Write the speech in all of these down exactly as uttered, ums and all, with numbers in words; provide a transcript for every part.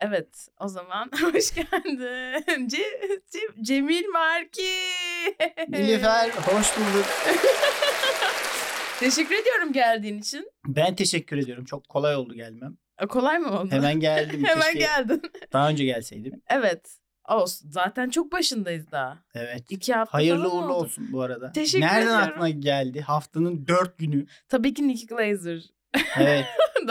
Evet, o zaman hoş geldin. Ce, Ce, Cemil Marki. Nilüfer, hoş bulduk. Teşekkür ediyorum geldiğin için. Ben teşekkür ediyorum. Çok kolay oldu gelmem. E, kolay mı oldu? Hemen geldim. Hemen Keşke geldin. daha önce gelseydim. Evet. Olsun. Zaten çok başındayız daha. Evet. İki hafta Hayırlı falan uğurlu oldu. olsun bu arada. Teşekkür Nereden ediyorum. aklına geldi? Haftanın dört günü. Tabii ki Nick Glazer. Evet.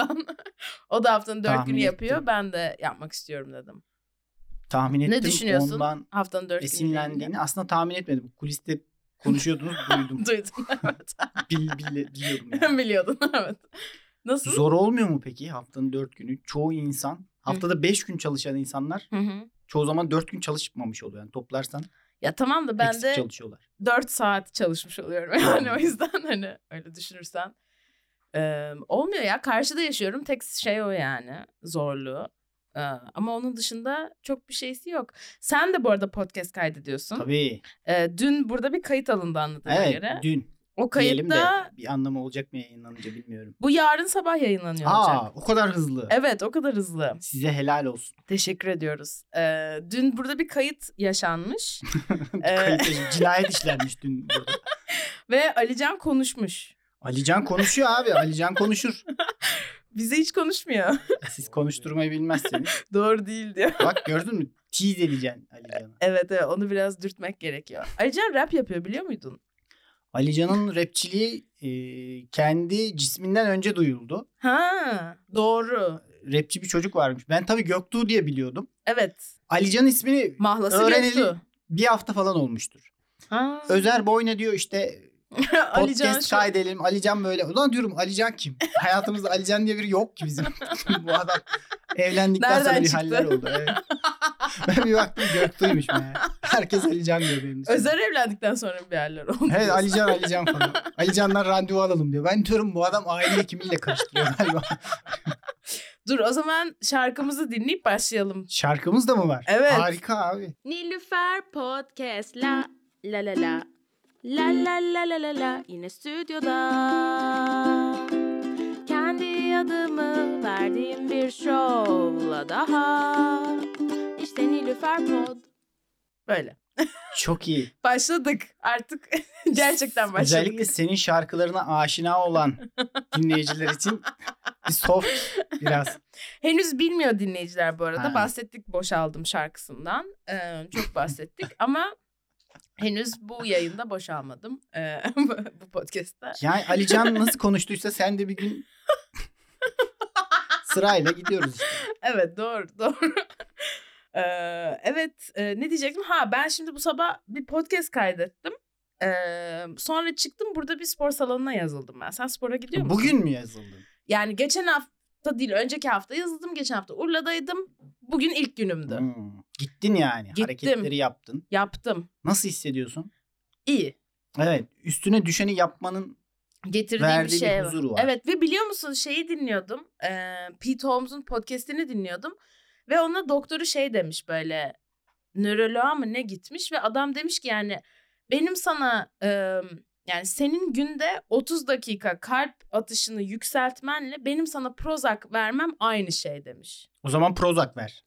O da haftanın dört Tahmin günü yapıyor. ettim. Ben de yapmak istiyorum dedim. Tahmin ettim. Ne düşünüyorsun Ondan haftanın dört günü? esinlendiğini aslında tahmin etmedim. Kuliste konuşuyordunuz, duydum. Duydum, evet. Bil, bil, biliyorum yani. Biliyordun, evet. Nasıl? Zor olmuyor mu peki haftanın dört günü? Çoğu insan, haftada beş gün çalışan insanlar Hı hı. çoğu zaman dört gün çalışmamış oluyor. Yani toplarsan Ya tamam da ben eksik de çalışıyorlar. dört saat çalışmış oluyorum. Yani o yüzden hani öyle düşünürsen. Ee, olmuyor ya. Karşıda yaşıyorum. Tek şey o yani. Zorluğu. Ee, ama onun dışında çok bir şeysi yok. Sen de bu arada podcast kaydediyorsun. Tabii. Ee, dün burada bir kayıt alındı anladığına Evet, göre. dün. O Diyelim de kayıtta bir anlamı olacak mı yayınlanınca bilmiyorum. bu yarın sabah yayınlanıyor Aa, olacak. o kadar hızlı. Evet, o kadar hızlı. Size helal olsun. Teşekkür ediyoruz. Ee, dün burada bir kayıt yaşanmış. Ee, Kayıt, cinayet işlenmiş dün burada. Ve Alican konuşmuş. Alican konuşuyor abi. Alican konuşur. Bize hiç konuşmuyor. Siz konuşturmayı bilmezseniz. Doğru değil diyor. Bak gördün mü? Tease edeceksin Alican'ı. Evet evet, onu biraz dürtmek gerekiyor. Alican rap yapıyor, biliyor muydun? Alican'ın rapçiliği e, kendi cisminden önce duyuldu. Ha, doğru. Rapçi bir çocuk varmış. Ben tabii Göktuğ diye biliyordum. Evet. Alican ismini Mahlası öğreneli Göktuğ. bir hafta falan olmuştur. Ha. Özer Boyna diyor işte Alican podcast şu... kaydedelim. Alican böyle. Ulan diyorum Alican kim? Hayatımızda Alican diye biri yok ki bizim. Bu adam evlendikten Nereden sonra bir çıktı? haller oldu. Evet. Ben bir baktım Göktuğ'ymuş meğer. Herkes Alican diyor benim dışında. Özer evlendikten sonra bir yerler oldu. Evet, Alican Alican falan. Alican'dan randevu alalım diyor. Ben diyorum bu adam aile hekimiyle karıştırıyor galiba. Dur, o zaman şarkımızı dinleyip başlayalım. Şarkımız da mı var? Evet. Harika abi. Nilüfer Podcast la la la la la la la la la la yine stüdyoda kendi adımı verdiğim bir şovla daha işte Nilüfer Pod. Böyle. Çok iyi. Başladık artık. Gerçekten başladık. Özellikle senin şarkılarına aşina olan dinleyiciler için bir soft biraz. Henüz bilmiyor dinleyiciler bu arada. Ha. Bahsettik Boşaldım şarkısından. Ee, çok bahsettik ama henüz bu yayında boşalmadım. Ee, bu podcast'ta. Yani Alican nasıl konuştuysa sen de bir gün sırayla gidiyoruz işte. Evet, doğru doğru. Ee, evet, e, ne diyecektim? Ha, ben şimdi bu sabah bir podcast kaydettim. Ee, sonra çıktım, burada bir spor salonuna yazıldım ben. Sen spora gidiyor musun? Bugün mü yazıldın? Yani geçen hafta değil, önceki hafta yazıldım. Geçen hafta Urla'daydım. Bugün ilk günümdü. Hmm. Gittin yani. Gittim. Hareketleri yaptın. Yaptım. Nasıl hissediyorsun? İyi. Evet. Üstüne düşeni yapmanın Getirdiği verdiği bir şey bir huzuru var. Evet, ve biliyor musun, şeyi dinliyordum. Ee, Pete Holmes'un podcast'ini dinliyordum. Ve ona doktoru şey demiş, böyle nöroloğa mı ne gitmiş ve adam demiş ki yani benim sana e, yani senin günde otuz dakika kalp atışını yükseltmenle benim sana Prozac vermem aynı şey demiş. O zaman Prozac ver.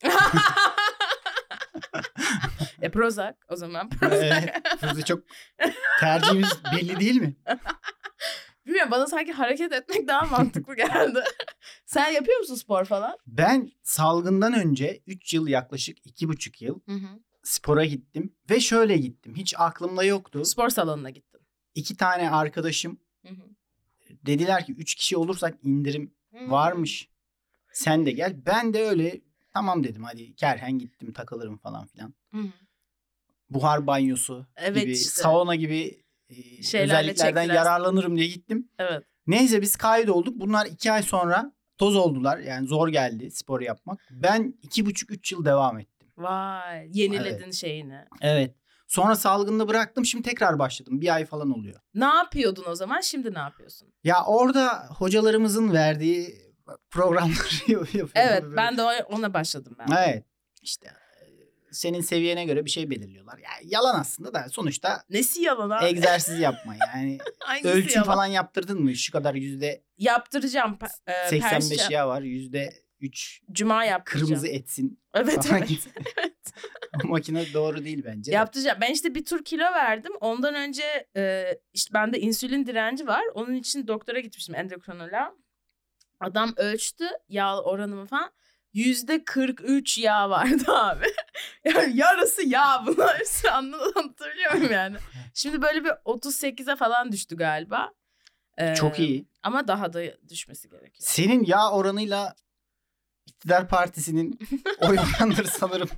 e Prozac o zaman Prozac. Evet. Burada çok tercihimiz belli değil mi? Bilmiyorum, bana sanki hareket etmek daha mantıklı geldi. Sen yapıyor musun spor falan? Ben salgından önce üç yıl, yaklaşık iki buçuk yıl Hı hı. spora gittim. Ve şöyle gittim. Hiç aklımda yoktu. Spor salonuna gittin. İki tane arkadaşım Hı hı. dediler ki üç kişi olursak indirim Hı. varmış. Sen de gel. Ben de öyle tamam dedim, hadi kerhen gittim, takılırım falan filan. Hı hı. Buhar banyosu Evet gibi, işte. sauna gibi e, Şeylerle özelliklerden çektiler. yararlanırım diye gittim. Evet. Neyse biz kaydolduk. Bunlar iki ay sonra toz oldular. Yani zor geldi spor yapmak. Ben iki buçuk üç yıl devam ettim. Vay, yeniledin şeyini. Evet. Sonra salgında bıraktım. Şimdi tekrar başladım. Bir ay falan oluyor. Ne yapıyordun o zaman? Şimdi ne yapıyorsun? Ya orada hocalarımızın verdiği programları yapıyorum. Evet, Böyle. ben de ona başladım ben. Evet. İşte senin seviyene göre bir şey belirliyorlar. Yani yalan aslında da sonuçta Nesi yalan abi? egzersiz yapma yani. Hangisi Ölçüm yalan? falan yaptırdın mı? Şu kadar yüzde Yaptıracağım. E, seksen beş perşem- yağ var. Yüzde üç Cuma yaptıracağım. kırmızı etsin. Evet falan evet. gibi. evet. O makine doğru değil bence. de. Yaptıracağım. Ben işte bir tur kilo verdim. Ondan önce e, işte bende insülin direnci var. Onun için doktora gitmiştim, endokrinoloğa. Adam ölçtü yağ oranımı falan. Yüzde kırk üç yağ vardı abi. Yani yarısı yağ bunlar. Anlatabiliyor muyum yani? Şimdi böyle bir otuz sekize falan düştü galiba. Ee, Çok iyi. Ama daha da düşmesi gerekiyor. Senin yağ oranıyla İktidar Partisi'nin oy oranları sanırım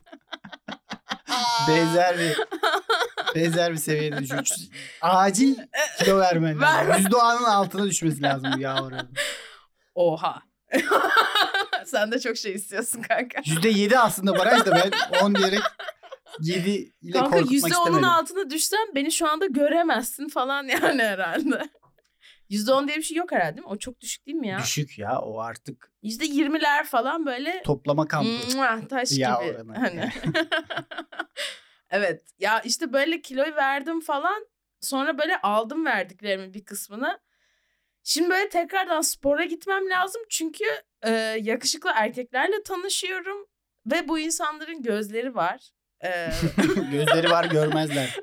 benzer bir benzer bir seviyede düşüyor. Acil kilo vermen lazım. Ver. yüzde on'un altına düşmesi lazım bu yağ oranı. Oha. Sen de çok şey istiyorsun kanka. yüzde yedi aslında baraj da ben on diyerek yedi ile Kanka korkutmak yüzde on'un istemedim. altına düşsen beni şu anda göremezsin falan yani herhalde. yüzde on diye bir şey yok herhalde değil mi? O çok düşük değil mi ya? Düşük ya o artık yüzde yirmiler falan böyle toplama kampı. Mua, taş Yağ gibi. oranı. Hani. Evet ya işte böyle kiloyu verdim falan. Sonra böyle aldım verdiklerimin bir kısmını. Şimdi böyle tekrardan spora gitmem lazım. Çünkü e, yakışıklı erkeklerle tanışıyorum. Ve bu insanların gözleri var. E, Gözleri var görmezler.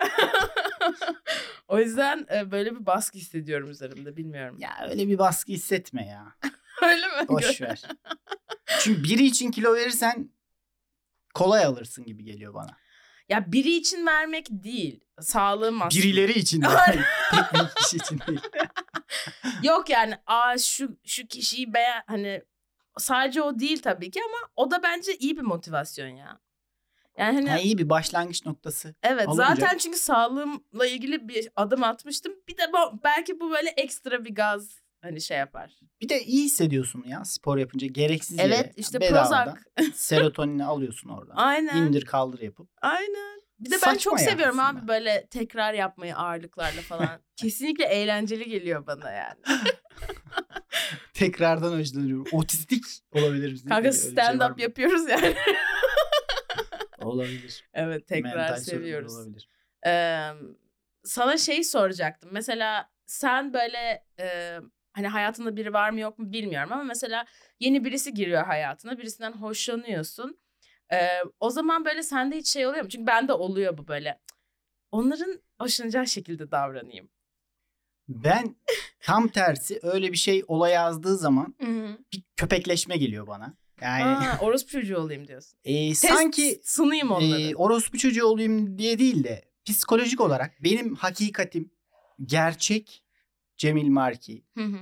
o yüzden e, böyle bir baskı hissediyorum üzerimde, bilmiyorum. Ya öyle bir baskı hissetme ya. Öyle mi? Boş ver. Çünkü biri için kilo verirsen kolay alırsın gibi geliyor bana. Ya biri için vermek değil. Sağlığım aslında. Birileri için de. Tek bir kişi için değil. Yok yani aa şu şu kişiyi beğen hani sadece o değil tabii ki ama o da bence iyi bir motivasyon ya. Yani hani Ha, iyi bir başlangıç noktası. evet Alınca. zaten çünkü sağlığımla ilgili bir adım atmıştım. Bir de bu, belki bu böyle ekstra bir gaz hani şey yapar. Bir de iyi hissediyorsun ya spor yapınca gereksiz Evet yere. işte bedavadan Prozac. serotonini alıyorsun oradan. Aynen. İndir kaldır yapıp. Aynen. Bir de ben Saçma çok ya seviyorum aslında. abi böyle tekrar yapmayı ağırlıklarla falan. Kesinlikle eğlenceli geliyor bana yani. Tekrardan hoşlanıyorum. Otistik olabilir bizim. Kanka stand-up yapıyoruz yani. Olabilir. Evet tekrar Mental seviyoruz. sorunlar olabilir. Ee, sana şey soracaktım. Mesela sen böyle e, hani hayatında biri var mı yok mu bilmiyorum ama mesela yeni birisi giriyor hayatına. Birisinden hoşlanıyorsun. Ee, o zaman böyle sende hiç şey oluyor mu? Çünkü bende oluyor bu böyle. Onların hoşlanacağı şekilde davranayım. Ben tam tersi öyle bir şey ola yazdığı zaman Hı-hı. bir köpekleşme geliyor bana. Yani Aa, orospu çocuğu olayım diyorsun. e, Test sanki sunayım onları. e, orospu çocuğu olayım diye değil de psikolojik olarak benim hakikatim gerçek Cemil Marki. Hı hı.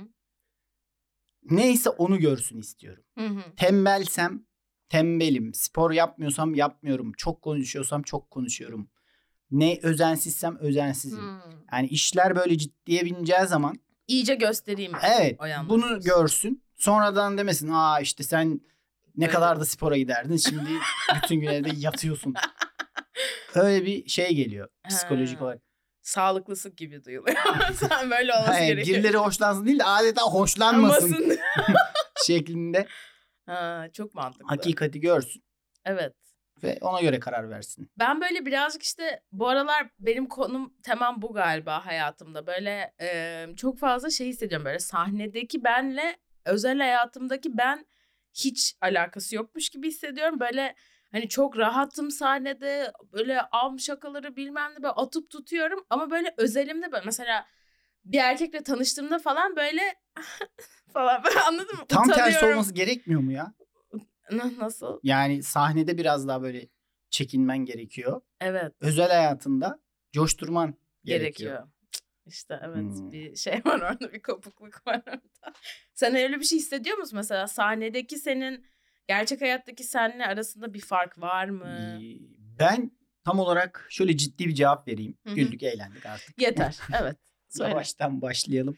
Neyse onu görsün istiyorum. Hı hı. Tembelsem tembelim. Spor yapmıyorsam yapmıyorum. Çok konuşuyorsam çok konuşuyorum. Ne özensizsem özensizim. Hı. Yani işler böyle ciddiye bineceği zaman İyice göstereyim. evet o yanları bunu diyorsun. görsün. Sonradan demesin aa işte sen ne Öyle. kadar da spora giderdin. Şimdi bütün gün evde yatıyorsun. Öyle bir şey geliyor psikolojik Ha. olarak. Sağlıklısın gibi duyuluyor. Sen böyle olması Hayır, gerekiyor. birileri hoşlansın değil de adeta hoşlanmasın Olmasın. şeklinde Ha, çok mantıklı. hakikati görsün Evet. ve ona göre karar versin. Ben böyle birazcık işte bu aralar benim konum temam bu galiba hayatımda. Böyle e, çok fazla şey hissediyorum. Böyle sahnedeki benle özel hayatımdaki ben hiç alakası yokmuş gibi hissediyorum. Böyle hani çok rahatım sahnede. Böyle am şakaları bilmem ne böyle atıp tutuyorum. Ama böyle özelimde böyle mesela bir erkekle tanıştığımda falan böyle falan böyle anladın mı? Tam tersi Utanıyorum. olması gerekmiyor mu ya? Na- Nasıl? Yani sahnede biraz daha böyle çekinmen gerekiyor. Evet. Özel hayatında coşturman gerekiyor. Gerekiyor. İşte evet Hmm. bir şey var orada, bir kopukluk var orada. Sen öyle bir şey hissediyor musun mesela sahnedeki senin gerçek hayattaki seninle arasında bir fark var mı? Ee, Ben tam olarak şöyle ciddi bir cevap vereyim. Hı hı. Güldük eğlendik artık. Yeter. Evet. Söyle. Yavaştan başlayalım.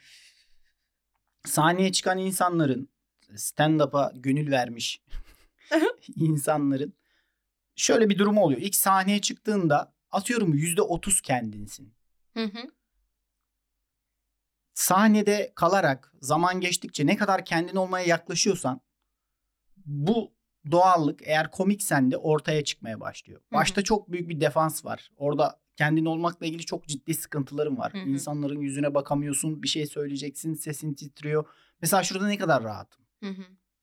Sahneye çıkan insanların stand-up'a gönül vermiş insanların şöyle bir durumu oluyor. İlk sahneye çıktığında atıyorum yüzde otuz kendinsin. Hı hı. Sahnede kalarak zaman geçtikçe ne kadar kendin olmaya yaklaşıyorsan bu doğallık eğer komiksen de ortaya çıkmaya başlıyor. Hı hı. Başta çok büyük bir defans var. Orada kendin olmakla ilgili çok ciddi sıkıntılarım var. Hı hı. İnsanların yüzüne bakamıyorsun, bir şey söyleyeceksin, sesin titriyor. Mesela şurada ne kadar rahatım. Hı hı.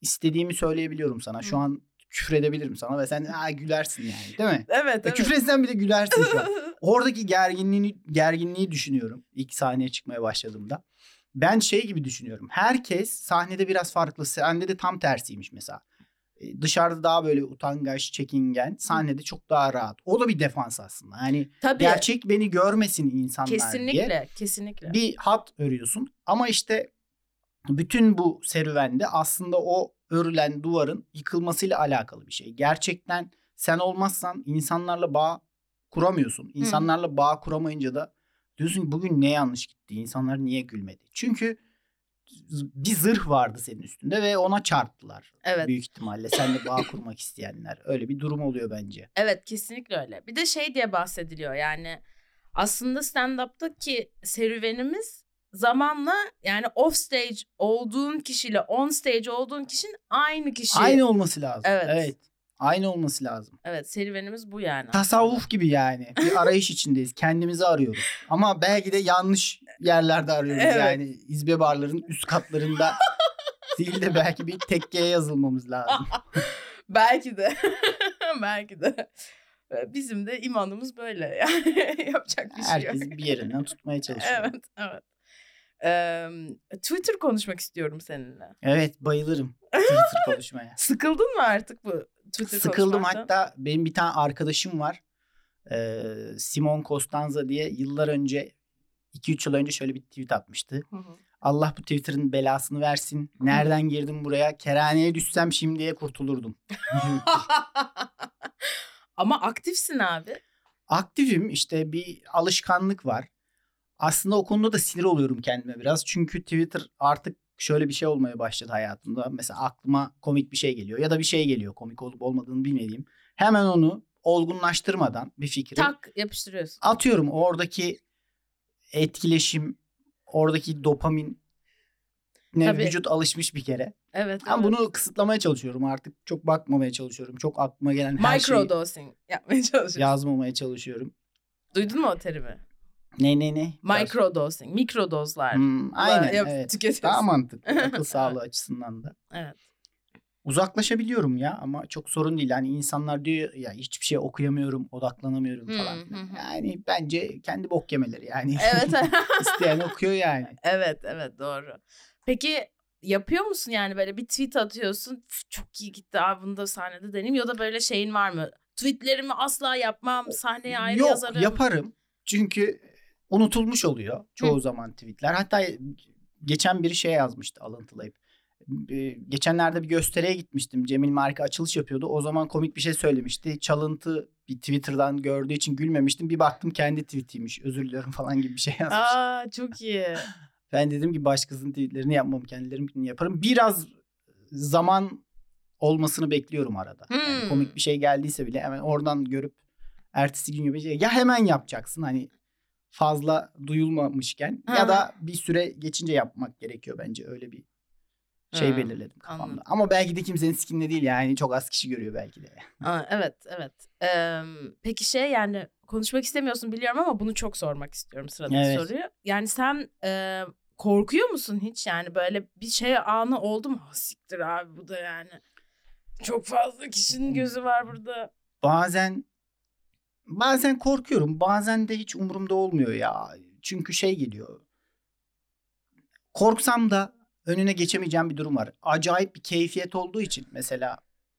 istediğimi söyleyebiliyorum sana. Şu an küfür edebilirim sana ve sen ha, gülersin yani, değil mi? Evet, E, evet. küfür etsen bile gülersin şu an. Oradaki gerginliğini, gerginliği düşünüyorum ilk sahneye çıkmaya başladığımda. Ben şey gibi düşünüyorum. Herkes sahnede biraz farklı. Sende de tam tersiymiş mesela. E, dışarıda daha böyle utangaç, çekingen. Sahnede çok daha rahat. O da bir defans aslında. Yani Tabii. gerçek beni görmesin insanlar Kesinlikle, diye. kesinlikle. Bir hat örüyorsun. Ama işte bütün bu serüvende aslında o örülen duvarın yıkılmasıyla alakalı bir şey. Gerçekten sen olmazsan insanlarla bağ kuramıyorsun. İnsanlarla Hı. bağ kuramayınca da diyorsun ki bugün ne yanlış gitti? İnsanlar niye gülmedi? Çünkü bir zırh vardı senin üstünde ve ona çarptılar. Evet. Büyük ihtimalle seninle bağ kurmak isteyenler. Öyle bir durum oluyor bence. Evet, kesinlikle öyle. Bir de şey diye bahsediliyor yani aslında stand-up'taki serüvenimiz zamanla yani off stage olduğun kişiyle on stage olduğun kişinin aynı kişi. Aynı olması lazım. Evet. Evet. Aynı olması lazım. Evet, serüvenimiz bu yani. Tasavvuf aslında. gibi yani. Bir arayış içindeyiz. Kendimizi arıyoruz. Ama belki de yanlış yerlerde arıyoruz. Evet. Yani izbe barların üst katlarında değil de belki bir tekkeye yazılmamız lazım. Belki de. Belki de. Bizim de imanımız böyle yani. Yapacak bir şey yok. Herkes bir yerinden tutmaya çalışıyor. Evet, evet. Ee, Twitter konuşmak istiyorum seninle. Evet, bayılırım Twitter konuşmaya. Sıkıldın mı artık bu Twitter Sıkıldım, konuşmaktan? hatta benim bir tane arkadaşım var. Ee, Simon Costanza diye yıllar önce iki üç yıl önce şöyle bir tweet atmıştı. Hı hı. Allah bu Twitter'ın belasını versin. Nereden girdim buraya? Kerhaneye düşsem şimdiye kurtulurdum. Ama aktifsin abi. Aktifim, işte bir alışkanlık var. Aslında o konuda da sinir oluyorum kendime biraz. Çünkü Twitter artık şöyle bir şey olmaya başladı hayatımda. Mesela aklıma komik bir şey geliyor ya da bir şey geliyor komik olup olmadığını bilmediğim. Hemen onu olgunlaştırmadan bir fikri Tak yapıştırıyorsun. atıyorum. Oradaki etkileşim, oradaki dopamin ne Tabii. vücut alışmış bir kere. Evet. Ben evet. bunu kısıtlamaya çalışıyorum artık. Çok bakmamaya çalışıyorum. Çok aklıma gelen her şeyi Microdosing yapmaya çalışıyorsun. yazmamaya çalışıyorum. Duydun mu o terimi? Ne ne ne? Microdosing, mikrodozlar. Hmm, aynen, Yap, evet. tüketiyorsun. Daha mantıklı akıl sağlığı açısından da. Evet. Uzaklaşabiliyorum ya ama çok sorun değil. Yani insanlar diyor ya hiçbir şey okuyamıyorum, odaklanamıyorum falan. Hı, hı, hı. Yani bence kendi bok yemeleri yani. Evet. İsteyen okuyor yani. Evet, evet doğru. Peki yapıyor musun yani böyle bir tweet atıyorsun, çok iyi gitti abi bunu da sahnede deneyim, ya da böyle şeyin var mı? Tweetlerimi asla yapmam, sahneye ayrı Yok, yazarım. yaparım. Çünkü unutulmuş oluyor çoğu Hı. zaman tweetler. Hatta geçen biri şey yazmıştı alıntılayıp. Geçenlerde bir gösteriye gitmiştim. Cemil Marka açılış yapıyordu. O zaman komik bir şey söylemişti. Çalıntı bir Twitter'dan gördüğü için gülmemiştim. Bir baktım kendi tweetiymiş. Özür diliyorum falan gibi bir şey yazmış. Aa çok iyi. Ben dedim ki başkasının tweetlerini yapmam, kendilerimkini yaparım. Biraz zaman olmasını bekliyorum arada. Hmm. Yani komik bir şey geldiyse bile hemen oradan görüp ertesi gün gibi şey ya hemen yapacaksın hani fazla duyulmamışken Ha. ya da bir süre geçince yapmak gerekiyor bence, öyle bir şey Ha, belirledim kafamda. anladım. Ama belki de kimsenin sikinde değil yani, çok az kişi görüyor belki de. Aa, evet evet. Ee, peki şey yani konuşmak istemiyorsun biliyorum ama bunu çok sormak istiyorum sıradaki Evet. soruyu. Yani sen e, korkuyor musun hiç, yani böyle bir şey anı oldu mu? Ha, siktir abi bu da yani. Çok fazla kişinin gözü var burada. Bazen bazen korkuyorum, bazen de hiç umurumda olmuyor ya. Çünkü şey geliyor. Korksam da önüne geçemeyeceğim bir durum var. Acayip bir keyfiyet olduğu için mesela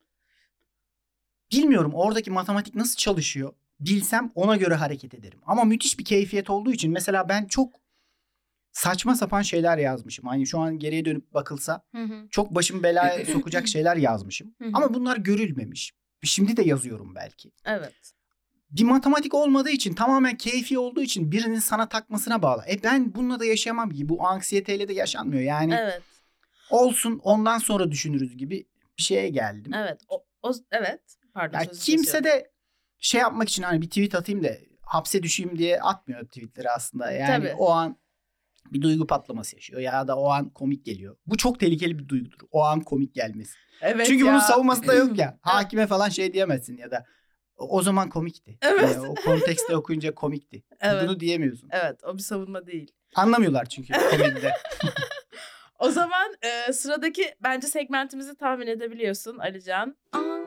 bilmiyorum oradaki matematik nasıl çalışıyor. Bilsem ona göre hareket ederim. Ama müthiş bir keyfiyet olduğu için mesela ben çok saçma sapan şeyler yazmışım. Hani şu an geriye dönüp bakılsa Hı hı. çok başımı belaya sokacak şeyler yazmışım. Hı hı. Ama bunlar görülmemiş. Şimdi de yazıyorum belki. Evet. Bir matematik olmadığı için, tamamen keyfi olduğu için birinin sana takmasına bağlı. E ben bununla da yaşayamam ki. Bu anksiyeteyle de yaşanmıyor. Yani Evet. olsun ondan sonra düşünürüz gibi bir şeye geldim. Evet. O, o evet. Pardon. Ya sözünü kimse kesiyorum. de şey yapmak için hani bir tweet atayım da hapse düşeyim diye atmıyor tweetleri aslında. Yani Tabii. o an bir duygu patlaması yaşıyor ya da o an komik geliyor. Bu çok tehlikeli bir duygudur. O an komik gelmesi. Evet Çünkü ya. bunun savunması da yok ya. Hakime falan şey diyemezsin ya da o zaman komikti. Evet. Yani o kontekste okuyunca komikti. Evet. Bunu diyemiyorsun. Evet, o bir savunma değil. Anlamıyorlar çünkü komedide. O zaman e, sıradaki bence segmentimizi tahmin edebiliyorsun Alican.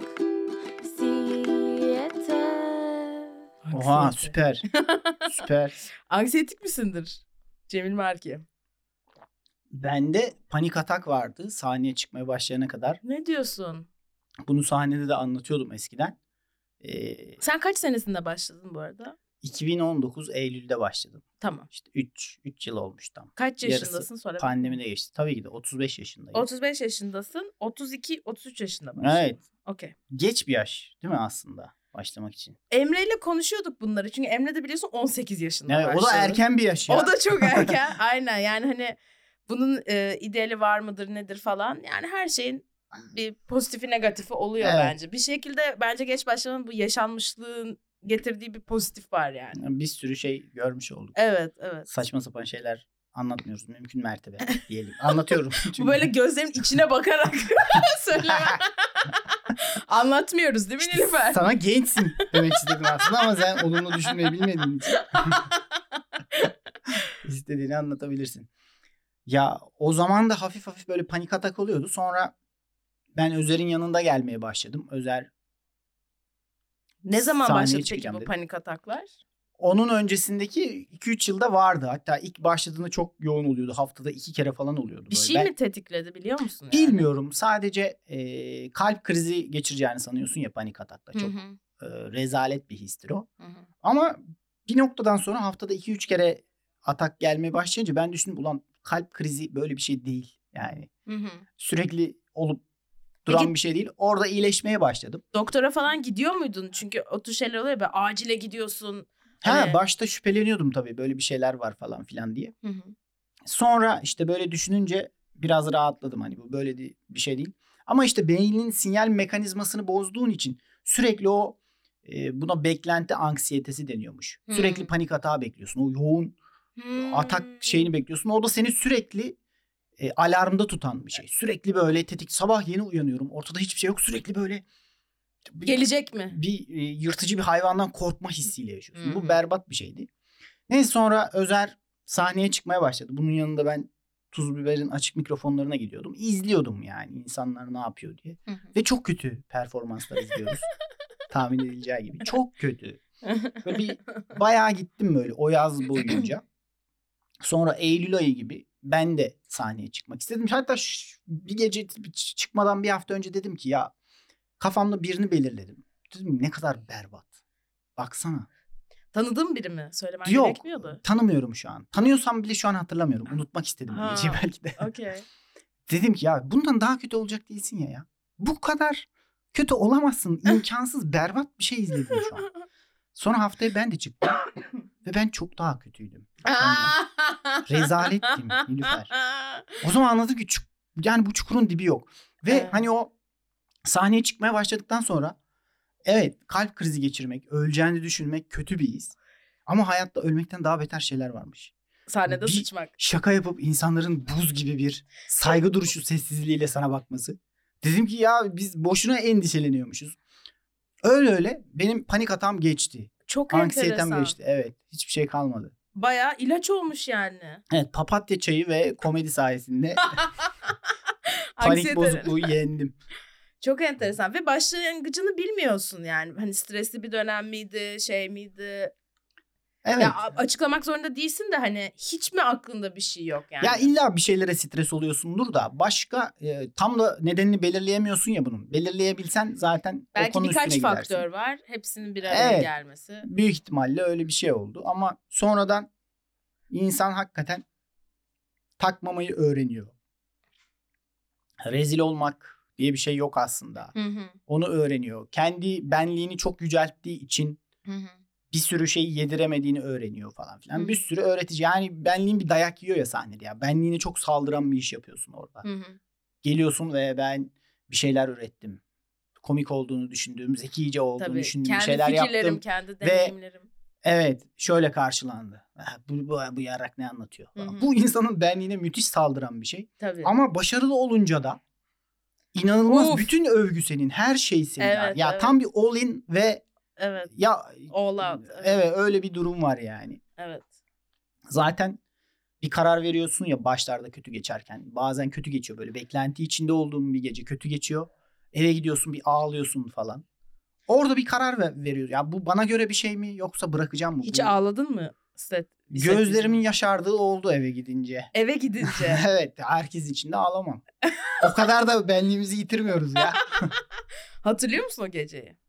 Oha süper. Süper. Anksiyetik misindir Cemil Marki? Bende panik atak vardı sahneye çıkmaya başlayana kadar. Ne diyorsun? Bunu sahnede de anlatıyordum eskiden. Ee, Sen kaç senesinde başladın bu arada? iki bin on dokuz Eylül'de başladım. Tamam. İşte üç üç yıl olmuş tam. Kaç yaşındasın sonra? Pandemide geçti. Tabii ki de otuz beş yaşındayım. otuz beş yaşındasın. otuz iki otuz üç yaşında başladın. Evet. Okey. Geç bir yaş değil mi aslında başlamak için? Emre ile konuşuyorduk bunları. Çünkü Emre de biliyorsun on sekiz yaşında Evet, başladı. o da erken bir yaş ya. O da çok erken. Aynen yani hani bunun e, ideali var mıdır nedir falan. Yani her şeyin bir pozitifi negatifi oluyor Evet. bence. Bir şekilde bence geç başlamanın bu yaşanmışlığın getirdiği bir pozitif var yani. Bir sürü şey görmüş olduk. Evet evet. Saçma sapan şeyler anlatmıyoruz mümkün mertebe diyelim. Anlatıyorum. Çünkü. Bu böyle gözlerin içine bakarak söyleme. Anlatmıyoruz değil mi İşte Nilüfer? sana gençsin demek istedim aslında ama sen olumlu düşünmeyi bilmediğin için. İstediğini anlatabilirsin. Ya o zaman da hafif hafif böyle panik atak oluyordu. Sonra ben Özer'in yanında gelmeye başladım. Özer Ne zaman sahneye başladı peki çıkacağım bu dedi. panik ataklar? Onun öncesindeki iki üç yılda vardı. Hatta ilk başladığında çok yoğun oluyordu. Haftada iki kere falan oluyordu. Bir böyle. şey Ben mi tetikledi biliyor musun? Yani? bilmiyorum. Sadece e, kalp krizi geçireceğini sanıyorsun ya panik atakta. Çok Hı hı. e, rezalet bir histir o. Hı hı. Ama bir noktadan sonra haftada iki üç kere atak gelmeye başlayınca ben düşündüm ulan kalp krizi böyle bir şey değil. Yani Hı hı. sürekli olup duran Peki- bir şey değil. Orada iyileşmeye başladım. Doktora falan gidiyor muydun? Çünkü o tür şeyler oluyor ya. Acile gidiyorsun. Ha Hani- başta şüpheleniyordum tabii böyle bir şeyler var falan filan diye. Hı hı. Sonra işte böyle düşününce biraz rahatladım hani bu böyle de- bir şey değil. Ama işte beynin sinyal mekanizmasını bozduğun için sürekli o e, buna beklenti anksiyetesi deniyormuş. Hmm. Sürekli panik atağı bekliyorsun. O yoğun Hmm. atak şeyini bekliyorsun. O da seni sürekli e, alarmda tutan bir şey. Sürekli böyle tetik. Sabah yeni uyanıyorum. Ortada hiçbir şey yok. Sürekli böyle bir, Gelecek mi? bir e, yırtıcı bir hayvandan korkma hissiyle yaşıyorsun. Hı Bu hı. berbat bir şeydi. Neyse sonra Özer sahneye çıkmaya başladı. Bunun yanında ben Tuz Biber'in açık mikrofonlarına gidiyordum. İzliyordum yani insanlar ne yapıyor diye. Hı hı. Ve çok kötü performanslar izliyoruz. Tahmin edileceği gibi. Çok kötü. Böyle bir bayağı gittim böyle o yaz boyunca. Sonra Eylül ayı gibi ben de sahneye çıkmak istedim. Hatta ş- bir gece ç- çıkmadan bir hafta önce dedim ki ya kafamda birini belirledim. Dedim ne kadar berbat. Baksana. Tanıdığın biri mi? Söylemen Yok gerekmiyordu. tanımıyorum şu an. Tanıyorsam bile şu an hatırlamıyorum. Unutmak istedim o Ha. geceyi belki de. Okey. Dedim ki ya bundan daha kötü olacak değilsin ya ya. Bu kadar kötü olamazsın. İmkansız berbat bir şey izledim şu an. Sonra haftaya ben de çıktım. Ve ben çok daha kötüydüm. Rezalettim Nilüfer. O zaman anladım ki çuk- yani bu çukurun dibi yok. Ve Evet. hani o sahneye çıkmaya başladıktan sonra evet kalp krizi geçirmek, öleceğini düşünmek kötü bir his. Ama hayatta ölmekten daha beter şeyler varmış. Sahnede Bir- sıçmak. Şaka yapıp insanların buz gibi bir saygı duruşu sessizliğiyle sana bakması. Dedim ki ya biz boşuna endişeleniyormuşuz. Öyle öyle benim panik atağım geçti. Çok Anksiyetem enteresan. geçti. Evet hiçbir şey kalmadı. Bayağı ilaç olmuş yani. Evet papatya çayı ve komedi sayesinde panik Anksiyete- bozukluğu yendim. Çok enteresan ve başlangıcını bilmiyorsun yani. Hani stresli bir dönem miydi, şey miydi? Evet. Ya a- açıklamak zorunda değilsin de hani hiç mi aklında bir şey yok yani? Ya illa bir şeylere stres oluyorsundur da başka e, tam da nedenini belirleyemiyorsun ya bunun. Belirleyebilsen zaten o Belki konunun birkaç üstüne faktör gidersin. var. Hepsinin bir araya Evet. gelmesi. Büyük ihtimalle öyle bir şey oldu ama sonradan insan hakikaten takmamayı öğreniyor. Rezil olmak diye bir şey yok aslında. Hı hı. Onu öğreniyor. Kendi benliğini çok yücelttiği için Hı hı. bir sürü şeyi yediremediğini öğreniyor falan filan. Hı. Bir sürü öğretici. Yani benliğin bir dayak yiyor ya sahnede ya. Benliğine çok saldıran bir iş yapıyorsun orada. Hı hı. Geliyorsun ve ben bir şeyler ürettim. Komik olduğunu düşündüğüm, zekice olduğunu Tabii. düşündüğüm Kendi şeyler fikirlerim, yaptım. kendi ve- deneyimlerim. Evet şöyle karşılandı. "Ah, Bu, bu, bu yarak ne anlatıyor? Hı hı. Bu insanın benliğine müthiş saldıran bir şey. Tabii. Ama başarılı olunca da inanılmaz Of. bütün övgü senin. Her şey senin. Evet, ya evet. tam bir all in ve Evet. ya All out. Evet. evet öyle bir durum var yani. Evet. Zaten bir karar veriyorsun ya başlarda kötü geçerken. Bazen kötü geçiyor böyle. Beklenti içinde olduğun bir gece kötü geçiyor. Eve gidiyorsun bir ağlıyorsun falan. Orada bir karar ver, veriyor. Ya bu bana göre bir şey mi yoksa bırakacağım mı? Hiç bu... ağladın mı? Set, Gözlerimin yaşardığı oldu eve gidince. Eve gidince. Evet, herkes içinde ağlamam. O kadar da benliğimizi yitirmiyoruz ya. Hatırlıyor musun o geceyi?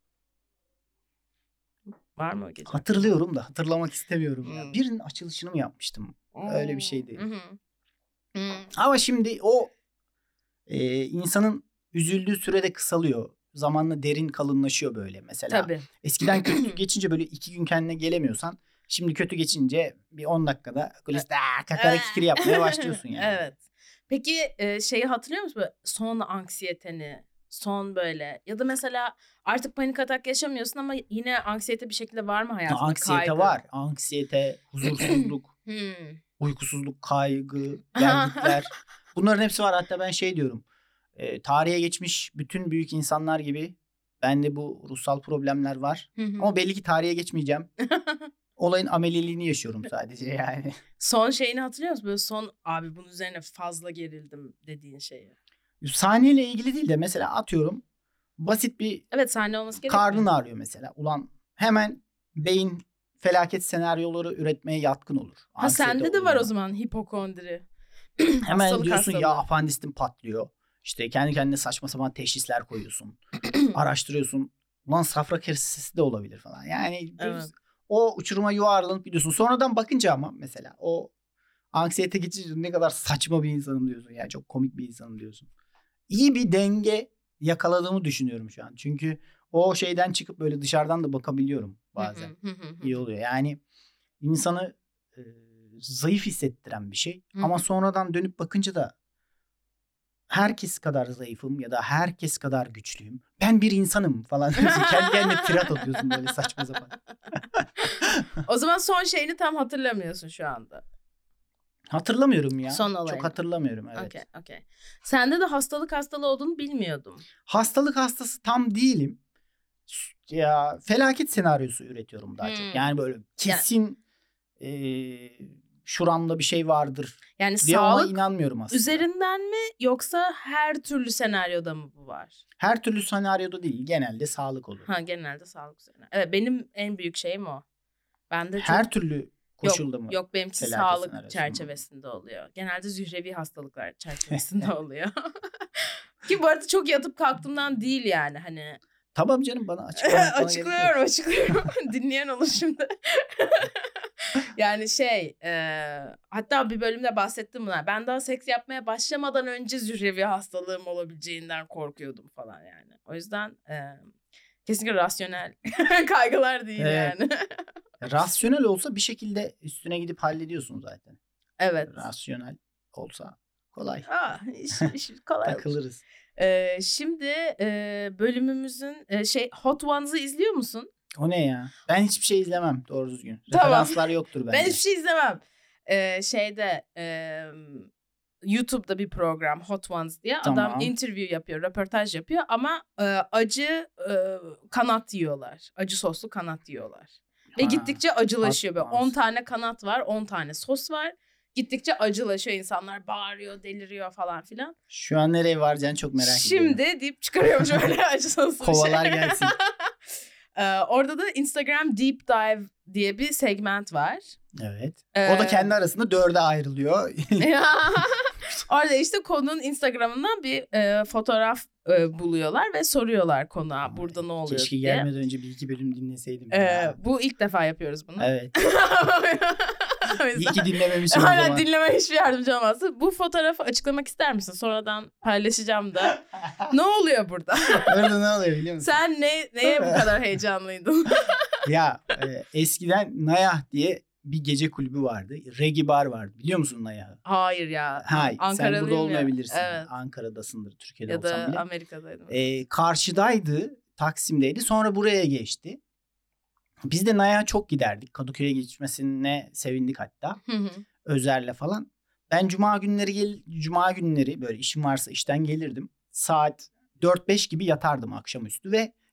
Var mı o gece? Hatırlıyorum da hatırlamak istemiyorum ya. Hmm. Birinin açılışını mı yapmıştım? Öyle bir şeydi. Hı hı. Hı. Ama şimdi o e, insanın üzüldüğü sürede kısalıyor. Zamanla derin kalınlaşıyor böyle mesela. Tabii. Eskiden kötü geçince böyle iki gün kendine gelemiyorsan şimdi kötü geçince bir on dakikada kuliste kakara kikiri yapmaya başlıyorsun yani. Evet. Peki e, şeyi hatırlıyor musun? Böyle son anksiyeteni, son böyle ya da mesela artık panik atak yaşamıyorsun ama yine anksiyete bir şekilde var mı hayatında? Anksiyete Kaygı. var. Anksiyete, huzursuzluk, Hmm. uykusuzluk, kaygı, gelgitler. Bunların hepsi var. Hatta ben şey diyorum. E, tarihe geçmiş bütün büyük insanlar gibi bende bu ruhsal problemler var. Hı hı. Ama belli ki tarihe geçmeyeceğim. Olayın ameliliğini yaşıyorum sadece yani. Son şeyini hatırlıyor musun? Böyle son abi bunun üzerine fazla gerildim dediğin şeyi. Sahneyle ilgili değil de mesela atıyorum basit bir Evet, sahne olması gerekiyor. karnın ağrıyor mesela. Ulan hemen beyin felaket senaryoları üretmeye yatkın olur. Ha, Anksiyete sende de var oyunu. o zaman hipokondri. Hemen Hastalık diyorsun ya hastalığı. apandistin patlıyor. İşte kendi kendine saçma sapan teşhisler koyuyorsun. Araştırıyorsun. Ulan safra kesesi de olabilir falan. Yani Evet. o uçuruma yuvarlanıp gidiyorsun. Sonradan bakınca ama mesela o anksiyete geçince ne kadar saçma bir insanım diyorsun. Yani çok komik bir insanım diyorsun. İyi bir denge yakaladığımı düşünüyorum şu an. Çünkü o şeyden çıkıp böyle dışarıdan da bakabiliyorum bazen. Hı hı, hı hı. İyi oluyor. Yani insanı e, zayıf hissettiren bir şey. Hı hı. Ama sonradan dönüp bakınca da herkes kadar zayıfım ya da herkes kadar güçlüyüm. Ben bir insanım falan. Kendi kendine tirat atıyorsun böyle saçma sapan. O zaman son şeyini tam hatırlamıyorsun şu anda. Hatırlamıyorum ya. Son olayını. Çok hatırlamıyorum evet. Okey, okey. Sende de hastalık hastalığı olduğunu bilmiyordum. Hastalık hastası tam değilim. Ya felaket senaryosu üretiyorum daha Hmm. çok. Yani böyle kesin e, şuramda bir şey vardır Yani diye ona sağlık inanmıyorum aslında. üzerinden mi yoksa her türlü senaryoda mı bu var? Her türlü senaryoda değil. Genelde sağlık olur. Ha, genelde sağlık üzerine. Evet, benim en büyük şeyim o. Ben de Her çok... türlü koşulda yok, mı? Yok, benimkisi Felaket sağlık senaryosu mu? çerçevesinde oluyor. Genelde zührevi hastalıklar çerçevesinde oluyor. Ki bu arada çok yatıp kalktığımdan değil yani hani. Tamam canım bana açıklamak bana açıklıyorum açıklıyorum. Dinleyen olur şimdi. Yani şey e, hatta bir bölümde bahsettim buna. Ben daha seks yapmaya başlamadan önce zührevi hastalığım olabileceğinden korkuyordum falan yani. O yüzden e, kesinlikle rasyonel kaygılar değil Evet. yani. Rasyonel olsa bir şekilde üstüne gidip hallediyorsun zaten. Evet. Rasyonel olsa kolay. Aa, iş, iş kolay olur. Takılırız. Ee, şimdi e, bölümümüzün e, şey Hot Ones'ı izliyor musun? O ne ya? Ben hiçbir şey izlemem doğru düzgün. Tamam. Referanslar yoktur bende. Ben hiçbir şey izlemem. Ee, şeyde e, YouTube'da bir program Hot Ones diye Tamam. adam interview yapıyor, röportaj yapıyor ama e, acı e, kanat yiyorlar. Acı soslu kanat yiyorlar. Ve Ha, gittikçe acılaşıyor. Hot Böyle on Ones. tane kanat var, on tane sos var. Gittikçe acılaşıyor, insanlar bağırıyor, deliriyor falan filan. Şu an nereye varacağını çok merak Şimdi ediyorum. deyip çıkarıyormuş öyle acı soslu bir şey. Kovalar gelsin. Ee, orada da Instagram Deep Dive diye bir segment var. Evet. Ee, O da kendi arasında dörde ayrılıyor. Orada işte konunun Instagram'ından bir e, fotoğraf e, buluyorlar ve soruyorlar konuğa burada ne oluyor Keşke diye. gelmeden önce bir iki bölüm dinleseydim. Ee, ya. bu ilk defa yapıyoruz bunu. Evet. O İyi yüzden- ki dinlememişim o Hala zaman. dinleme hiçbir yardımcı olmazdı. Bu fotoğrafı açıklamak ister misin? Sonradan paylaşacağım da. Ne oluyor burada? Orada ne oluyor biliyor musun? Sen ne neye bu kadar heyecanlıydın? Ya e, eskiden Nayah diye bir gece kulübü vardı. Reggae bar vardı. Biliyor musun Nayah'ı? Hayır ya. Hayır. Sen Ankaralıyım burada ya. olmayabilirsin. Evet. Ankara'dasındır. Türkiye'de Ya olsan da bile. Amerika'daydım. E, karşıdaydı. Taksim'deydi. Sonra buraya geçti. Biz de Nayah'a çok giderdik. Kadıköy'e geçmesine sevindik hatta. Hı hı. Özer'le falan. Ben cuma günleri gel cuma günleri böyle işim varsa işten gelirdim. Saat dört beş gibi yatardım akşamüstü ve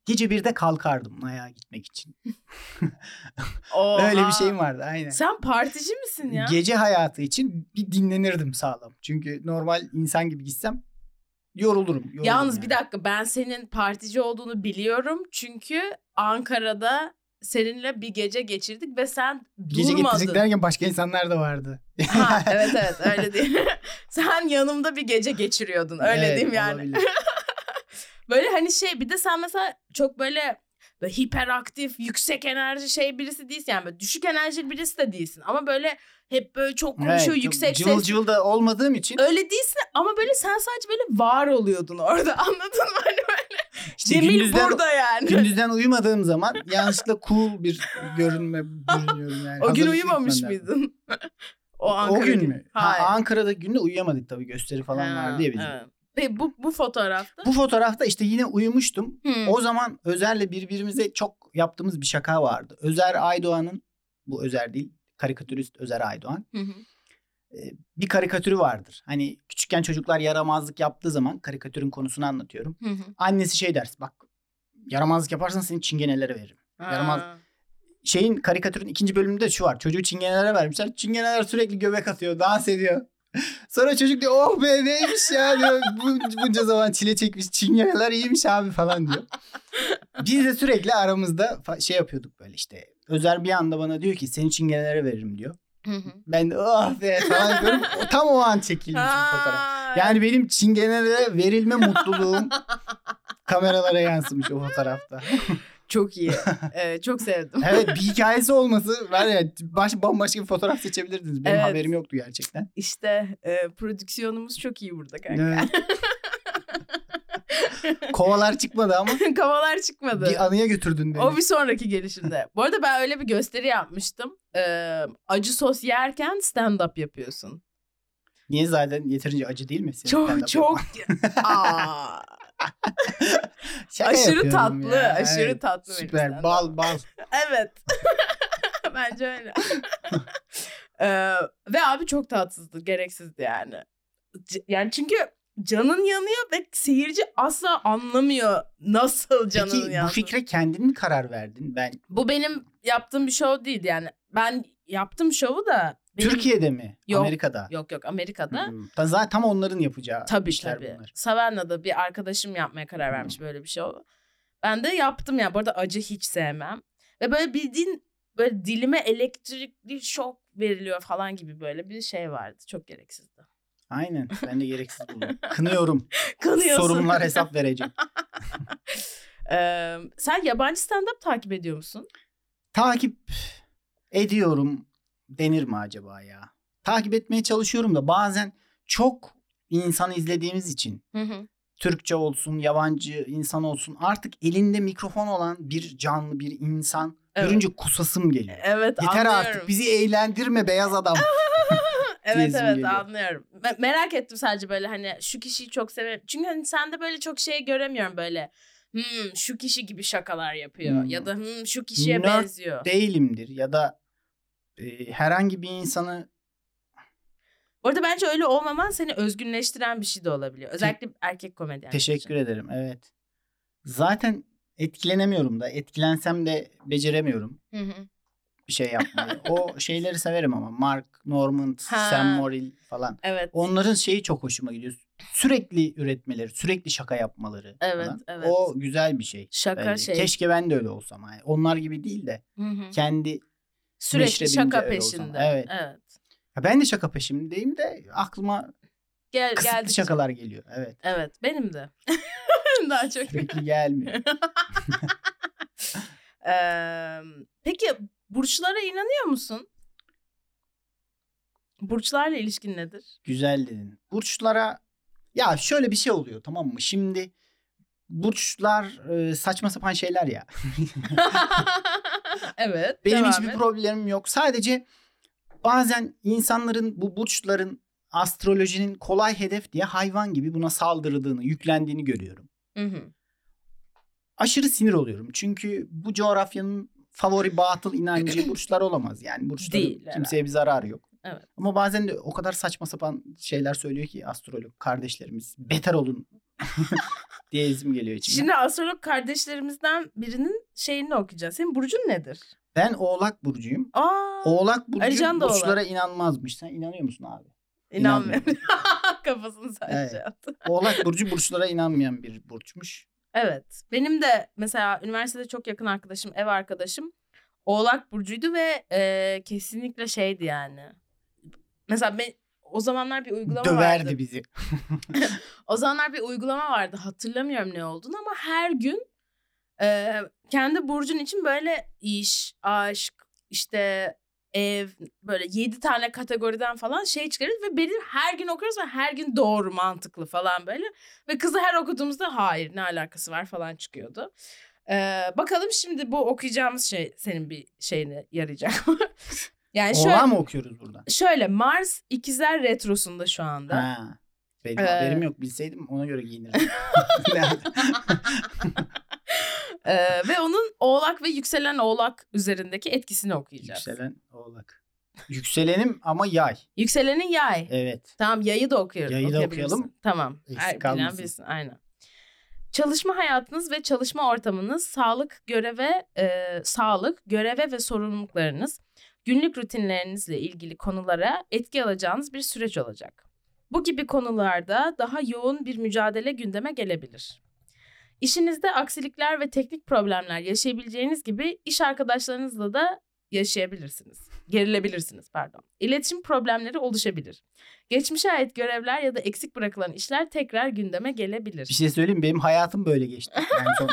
Gece birde kalkardım Nayak'a gitmek için. Oha. Öyle bir şeyim vardı aynen. Sen partici misin ya? Gece hayatı için bir dinlenirdim sağlam. Çünkü normal insan gibi gitsem yorulurum. yorulurum Yalnız yani. bir dakika, ben senin partici olduğunu biliyorum. Çünkü Ankara'da seninle bir gece geçirdik ve sen Gece durmadın. getirecek derken başka insanlar da vardı. Ha, evet evet öyle değil. Sen yanımda bir gece geçiriyordun öyle Evet, diyeyim yani. olabilir. Böyle hani şey, bir de sen mesela çok böyle, böyle hiperaktif, yüksek enerji şey birisi değilsin. Yani böyle düşük enerjili birisi de değilsin. Ama böyle hep böyle çok konuşuyor, Evet, çok yüksek cıvıl ses. cıvıl da olmadığım için. Öyle değilsin ama böyle sen sadece böyle var oluyordun orada, anladın mı? Hani böyle İşte Cemil gündüzden, burada yani. gündüzden uyumadığım zaman yanlışlıkla cool bir görünme bürünüyorum yani. O gün Hazırlıklı uyumamış gitmem lazım. mıydın? o, O gün günü. mü? Hayır. Ha, Ankara'da günde uyuyamadık tabii, gösteri falan Ha, vardı ya bizim. evet. Peki bu, bu fotoğrafta? Bu fotoğrafta işte yine uyumuştum. Hmm. O zaman Özer'le birbirimize çok yaptığımız bir şaka vardı. Özer Aydoğan'ın, bu Özer değil, karikatürist Özer Aydoğan. Hı hı. Bir karikatürü vardır. Hani küçükken çocuklar yaramazlık yaptığı zaman, karikatürün konusunu anlatıyorum. Hı hı. Annesi şey der, bak yaramazlık yaparsan seni çingenelere veririm. Yaramaz. Ha. Şeyin, karikatürün ikinci bölümünde şu var. Çocuğu çingenelere vermişler. Çingeneler sürekli göbek atıyor, dans ediyor. Sonra çocuk diyor oh be neymiş ya diyor. Bunca zaman çile çekmiş, çingeneler iyiymiş abi falan diyor. Biz de sürekli aramızda şey yapıyorduk böyle işte. Özer bir anda bana diyor ki seni çingenelere veririm diyor. Hı hı. Ben de oh be falan yapıyorum. O, tam o an çekilmiş bu fotoğraf. Yani benim çingenelere verilme mutluluğum kameralara yansımış o fotoğrafta. Çok iyi. Ee, çok sevdim. Evet, bir hikayesi olması var ya, baş, bambaşka bir fotoğraf seçebilirdiniz. Benim Evet. haberim yoktu gerçekten. İşte e, prodüksiyonumuz çok iyi burada kanka. Evet. Kovalar çıkmadı ama Kavalar çıkmadı. bir anıya götürdün beni. O bir sonraki gelişinde. Bu arada ben öyle bir gösteri yapmıştım. Ee, acı sos yerken stand-up yapıyorsun. Niye, zaten yeterince acı değil mi? Senin Çok stand-up çok... yapman? Aa, Şaka aşırı yapıyorum tatlı. ya. Aşırı Evet, tatlı. benim süper, stand-up. bal bal. Evet. Bence öyle. ee, ve abi çok tatsızdı. Gereksizdi yani. C- yani çünkü canın yanıyor ve seyirci asla anlamıyor nasıl canın Peki yandı. bu fikre kendin mi karar verdin? Ben Bu benim yaptığım bir show değil yani. Ben yaptım şovu da. Benim... Türkiye'de mi? Yok, Amerika'da? Yok yok Amerika'da. Hmm. Ta- Zaten tam onların yapacağı Tabii işler tabii. bunlar. Savannah'da bir arkadaşım yapmaya karar vermiş Hmm. böyle bir şey. Ben de yaptım ya. Bu arada acı hiç sevmem. Ve böyle bildiğin böyle dilime elektrikli şok veriliyor falan gibi böyle bir şey vardı. Çok gereksizdi. Aynen. Ben de gereksiz buldum. Kınıyorum. Kınıyorsun. Sorumlular hesap verecek. Ee, sen yabancı stand-up takip ediyor musun? Takip ediyorum denir mi acaba ya? Takip etmeye çalışıyorum da bazen çok insan izlediğimiz için, Hı hı. Türkçe olsun, yabancı insan olsun, artık elinde mikrofon olan bir canlı, bir insan Evet. görünce kusasım geliyor. Evet, Yeter anlıyorum. artık, bizi eğlendirme beyaz adam. Evet diyesim evet geliyor. anlıyorum. Me- merak ettim sadece böyle hani şu kişiyi çok severim. Çünkü hani sende böyle çok şey göremiyorum böyle. Hmm, şu kişi gibi şakalar yapıyor. Hmm. Ya da hmm, şu kişiye Nerd benziyor. Değilimdir ya da e, herhangi bir insanı Bu arada bence öyle olmaman seni özgünleştiren bir şey de olabiliyor. Özellikle erkek komedyenler teşekkür için. ederim. Evet. Zaten etkilenemiyorum da, etkilensem de beceremiyorum Hı hı. bir şey yapmayı. O şeyleri severim ama Mark Normand, Ha. Sam Morrill falan. Evet. Onların şeyi çok hoşuma gidiyor. Sürekli üretmeleri, sürekli şaka yapmaları Evet, falan. evet. O güzel bir şey. Şaka bence. şey. Keşke ben de öyle olsam. Yani onlar gibi değil de Hı hı. kendi Sürekli meşrebimce şaka öyle olsam. peşinde. Evet. Evet. Ya ben de şaka peşindeyim de aklıma Gel kısıtlı geldi. şakalar geliyor. Evet. Evet, benim de. Daha çok. Sürekli gelmiyor. Ee, peki burçlara inanıyor musun? Burçlarla ilişkin nedir? Güzel dedin. Burçlara ya şöyle bir şey oluyor, tamam mı? Şimdi burçlar e, saçma sapan şeyler ya. Evet. Benim devam hiçbir et. problemim yok. Sadece bazen insanların bu burçların, astrolojinin kolay hedef diye hayvan gibi buna saldırdığını, yüklendiğini görüyorum. Hı hı. Aşırı sinir oluyorum. Çünkü bu coğrafyanın favori batıl inancı burçlar olamaz. Yani burçların Değil, kimseye bir zararı yok. Evet. Ama bazen de o kadar saçma sapan şeyler söylüyor ki astrolog kardeşlerimiz. Beter olun diye izim geliyor içime. Şimdi astrolog kardeşlerimizden birinin şeyini okuyacağız. Senin burcun nedir? Ben Oğlak burcuyum. Aa, Oğlak burcu Alican da burçlara Oğlak. inanmazmış. Sen inanıyor musun abi? İnanmıyorum. Kafasını sadece Evet. attı. Oğlak burcu burçlara inanmayan bir burçmuş. Evet. Benim de mesela üniversitede çok yakın arkadaşım, ev arkadaşım Oğlak burcuydu ve e, kesinlikle şeydi yani. Mesela ben o zamanlar bir uygulama Döverdi vardı. bizi. O zamanlar bir uygulama vardı. Hatırlamıyorum ne olduğunu ama her gün e, kendi burcun için böyle iş, aşk, işte ev, böyle yedi tane kategoriden falan şey çıkarır ve benim her gün okuyoruz ve her gün doğru, mantıklı falan böyle. Ve kızı her okuduğumuzda hayır ne alakası var falan çıkıyordu. Ee, bakalım şimdi bu okuyacağımız şey senin bir şeyine yarayacak mı? Yani şöyle, Oğlan mı okuyoruz burada? şöyle Mars ikizler retrosunda şu anda. Ha. Benim Ee, haberim yok. Bilseydim ona göre giyinirdim. Ee, ve onun Oğlak ve yükselen Oğlak üzerindeki etkisini okuyacağız. Yükselen Oğlak. Yükselenim ama yay. Yükselenin yay. Evet. Tamam yayı da okuyoruz. Yayı da okuyabilirsin. okuyalım. Tamam. Eksik Her, bilen kalmasın. bilsin. Aynen. Çalışma hayatınız ve çalışma ortamınız, sağlık, göreve, e, sağlık, göreve ve sorumluluklarınız, günlük rutinlerinizle ilgili konulara etki alacağınız bir süreç olacak. Bu gibi konularda daha yoğun bir mücadele gündeme gelebilir. İşinizde aksilikler ve teknik problemler yaşayabileceğiniz gibi iş arkadaşlarınızla da yaşayabilirsiniz. Gerilebilirsiniz pardon. İletişim problemleri oluşabilir. Geçmişe ait görevler ya da eksik bırakılan işler tekrar gündeme gelebilir. Bir şey söyleyeyim mi? Benim hayatım böyle geçti. Yani son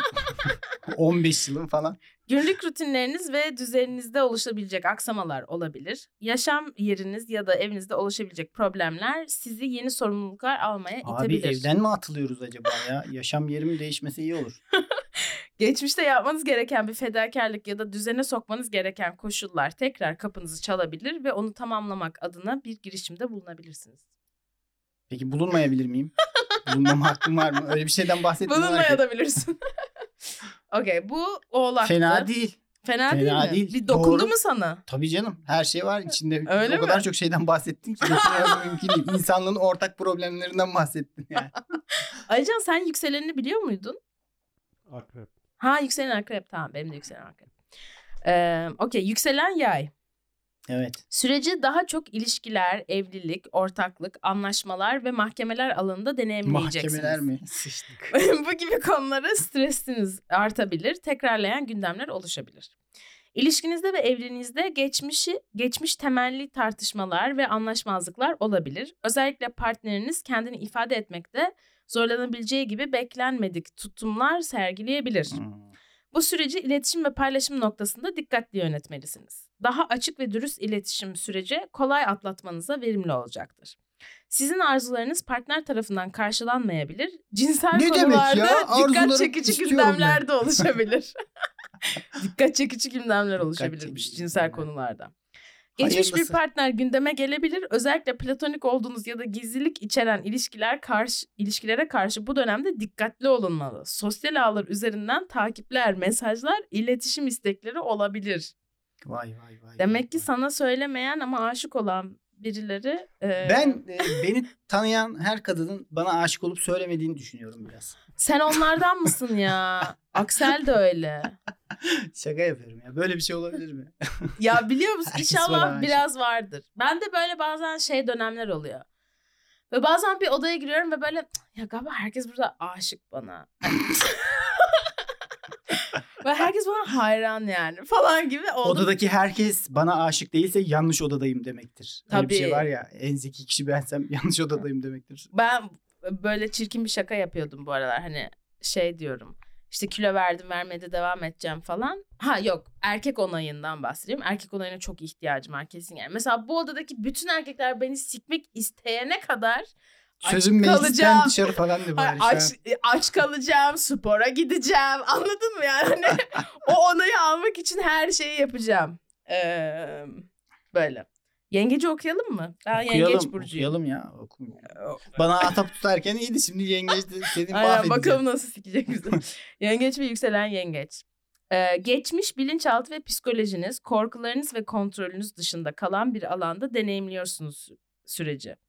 on beş yılım falan. Günlük rutinleriniz ve düzeninizde oluşabilecek aksamalar olabilir. Yaşam yeriniz ya da evinizde oluşabilecek problemler sizi yeni sorumluluklar almaya Abi itebilir. evden mi atılıyoruz acaba ya? Yaşam yerim değişmesi iyi olur. Geçmişte yapmanız gereken bir fedakarlık ya da düzene sokmanız gereken koşullar tekrar kapınızı çalabilir ve onu tamamlamak adına bir girişimde bulunabilirsiniz. Peki bulunmayabilir miyim? Bulunmama hakkım var mı? Öyle bir şeyden bahsetmiyorlar ki. Bulunmayabilirsin. Okey, bu Oğlak'tı. Fena değil. Fena, Fena değil mi? değil. Bir dokundu Doğru. mu sana? Tabii canım. Her şey var içinde. Öyle o kadar mi? çok şeyden bahsettin ki. Yapılması mümkün değil. İnsanlığın ortak problemlerinden bahsettin yani. Alican sen yükselenini biliyor muydun? Akrep. Ha yükselen akrep, tamam benim de yükselen akrep. Ee, Okey, yükselen yay. Evet. Süreci daha çok ilişkiler, evlilik, ortaklık, anlaşmalar ve mahkemeler alanında deneyimleyeceksiniz. Mahkemeler mi? Sıçtık. Bu gibi konulara stresiniz artabilir, tekrarlayan gündemler oluşabilir. İlişkinizde ve evliliğinizde geçmişi, geçmiş temelli tartışmalar ve anlaşmazlıklar olabilir. Özellikle partneriniz kendini ifade etmekte zorlanabileceği gibi beklenmedik tutumlar sergileyebilir. Hmm. Bu süreci iletişim ve paylaşım noktasında dikkatli yönetmelisiniz. Daha açık ve dürüst iletişim süreci kolay atlatmanıza verimli olacaktır. Sizin arzularınız partner tarafından karşılanmayabilir. Cinsel Ne demek konularda ya? dikkat Arzularım çekici istiyorum gündemler ben. de oluşabilir. Dikkat çekici gündemler Dikkat oluşabilirmiş çekici cinsel gündemler. konularda. Geçmiş bir Hayırlısı. partner gündeme gelebilir. Özellikle platonik olduğunuz ya da gizlilik içeren ilişkiler karşı ilişkilere karşı bu dönemde dikkatli olunmalı. Sosyal ağlar üzerinden takipler, mesajlar, iletişim istekleri olabilir. Vay vay vay. Demek vay, ki vay. sana söylemeyen ama aşık olan birileri... e, Ben e, beni tanıyan her kadının bana aşık olup söylemediğini düşünüyorum biraz. Sen onlardan mısın ya? Aksel de öyle. Şaka yapıyorum ya. Böyle bir şey olabilir mi? Ya biliyor musun? Herkes bana İnşallah aşık. biraz vardır. Ben de böyle bazen şey dönemler oluyor. Ve bazen bir odaya giriyorum ve böyle "Cık, ya galiba herkes burada aşık bana. Ve herkes bana hayran yani falan gibi oldu. Odadaki herkes bana aşık değilse yanlış odadayım demektir. Öyle bir şey Tabii. var ya, en zeki kişi bensem yanlış odadayım demektir. Ben böyle çirkin bir şaka yapıyordum bu aralar. Hani şey diyorum. İşte kilo verdim, vermeye de devam edeceğim falan. Ha yok, erkek onayından bahsediyorum. Erkek onayına çok ihtiyacım var kesin yani. Mesela bu odadaki bütün erkekler beni sikmek isteyene kadar Sözüm aç meclisten kalacağım. dışarı falan de bari. Ay, şu an. aç, aç kalacağım, spora gideceğim. Anladın mı yani? Hani o onayı almak için her şeyi yapacağım. Ee, böyle. Yengeci okuyalım mı? Ben yengeç Okuyalım, burcuyum. okuyalım ya. Okuyalım. Bana atap tutarken iyiydi, şimdi yengeç de seni Aynen, mahvedeceğim. bakalım nasıl sikecek bizi. Yengeç ve yükselen yengeç. Ee, geçmiş bilinçaltı ve psikolojiniz, korkularınız ve kontrolünüz dışında kalan bir alanda deneyimliyorsunuz sü- süreci.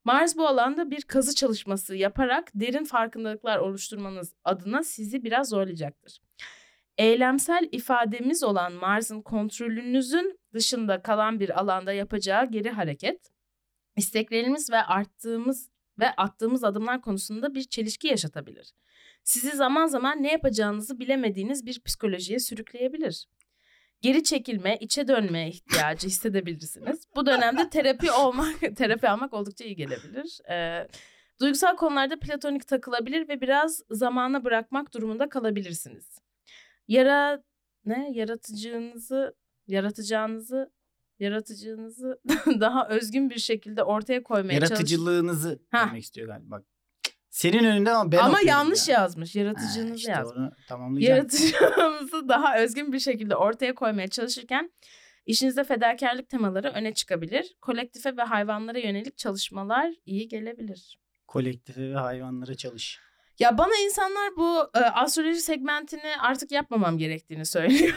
Mars bu alanda bir kazı çalışması yaparak derin farkındalıklar oluşturmanız adına sizi biraz zorlayacaktır. Eylemsel ifademiz olan Mars'ın kontrolünüzün dışında kalan bir alanda yapacağı geri hareket, isteklerimiz ve arttığımız ve attığımız adımlar konusunda bir çelişki yaşatabilir. Sizi zaman zaman ne yapacağınızı bilemediğiniz bir psikolojiye sürükleyebilir. Geri çekilme, içe dönmeye ihtiyacı hissedebilirsiniz. Bu dönemde terapi olmak, terapi almak oldukça iyi gelebilir. Ee, duygusal konularda platonik takılabilir ve biraz zamana bırakmak durumunda kalabilirsiniz. Yara ne yaratıcınızı, yaratacağınızı, yaratıcınızı daha özgün bir şekilde ortaya koymaya çalışın. Yaratıcılığınızı Hah. demek istiyor galiba. Senin önünde ama ben Ama okuyorum yanlış ya. yazmış. Yaratıcınızı Ha, işte yazmış. onu tamamlayacağım. Yaratıcınızı daha özgün bir şekilde ortaya koymaya çalışırken işinizde fedakarlık temaları öne çıkabilir. Kolektife ve hayvanlara yönelik çalışmalar iyi gelebilir. Kolektife ve hayvanlara çalış. Ya bana insanlar bu e, astroloji segmentini artık yapmamam gerektiğini söylüyor.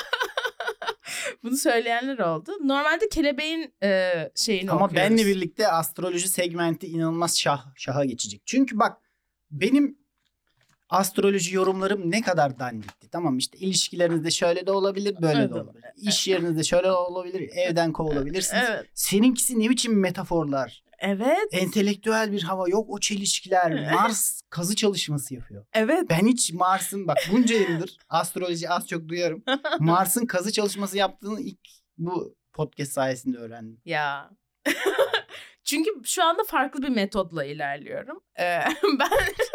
Bunu söyleyenler oldu. Normalde kelebeğin e, şeyini Ama okuyoruz. benle birlikte astroloji segmenti inanılmaz şah, şaha geçecek. Çünkü bak benim astroloji yorumlarım ne kadar dandikti. Tamam işte ilişkilerinizde şöyle de olabilir, böyle Evet, de olabilir. İş yerinizde şöyle olabilir, evden kovulabilirsiniz. Evet. Seninkisi ne biçim metaforlar? Evet. Entelektüel bir hava yok o çelişkiler. Mars kazı çalışması yapıyor. Evet. Ben hiç Mars'ın bak bunca yıldır astroloji az çok duyarım. Mars'ın kazı çalışması yaptığını ilk bu podcast sayesinde öğrendim. Ya. Çünkü şu anda farklı bir metodla ilerliyorum. Ee, ben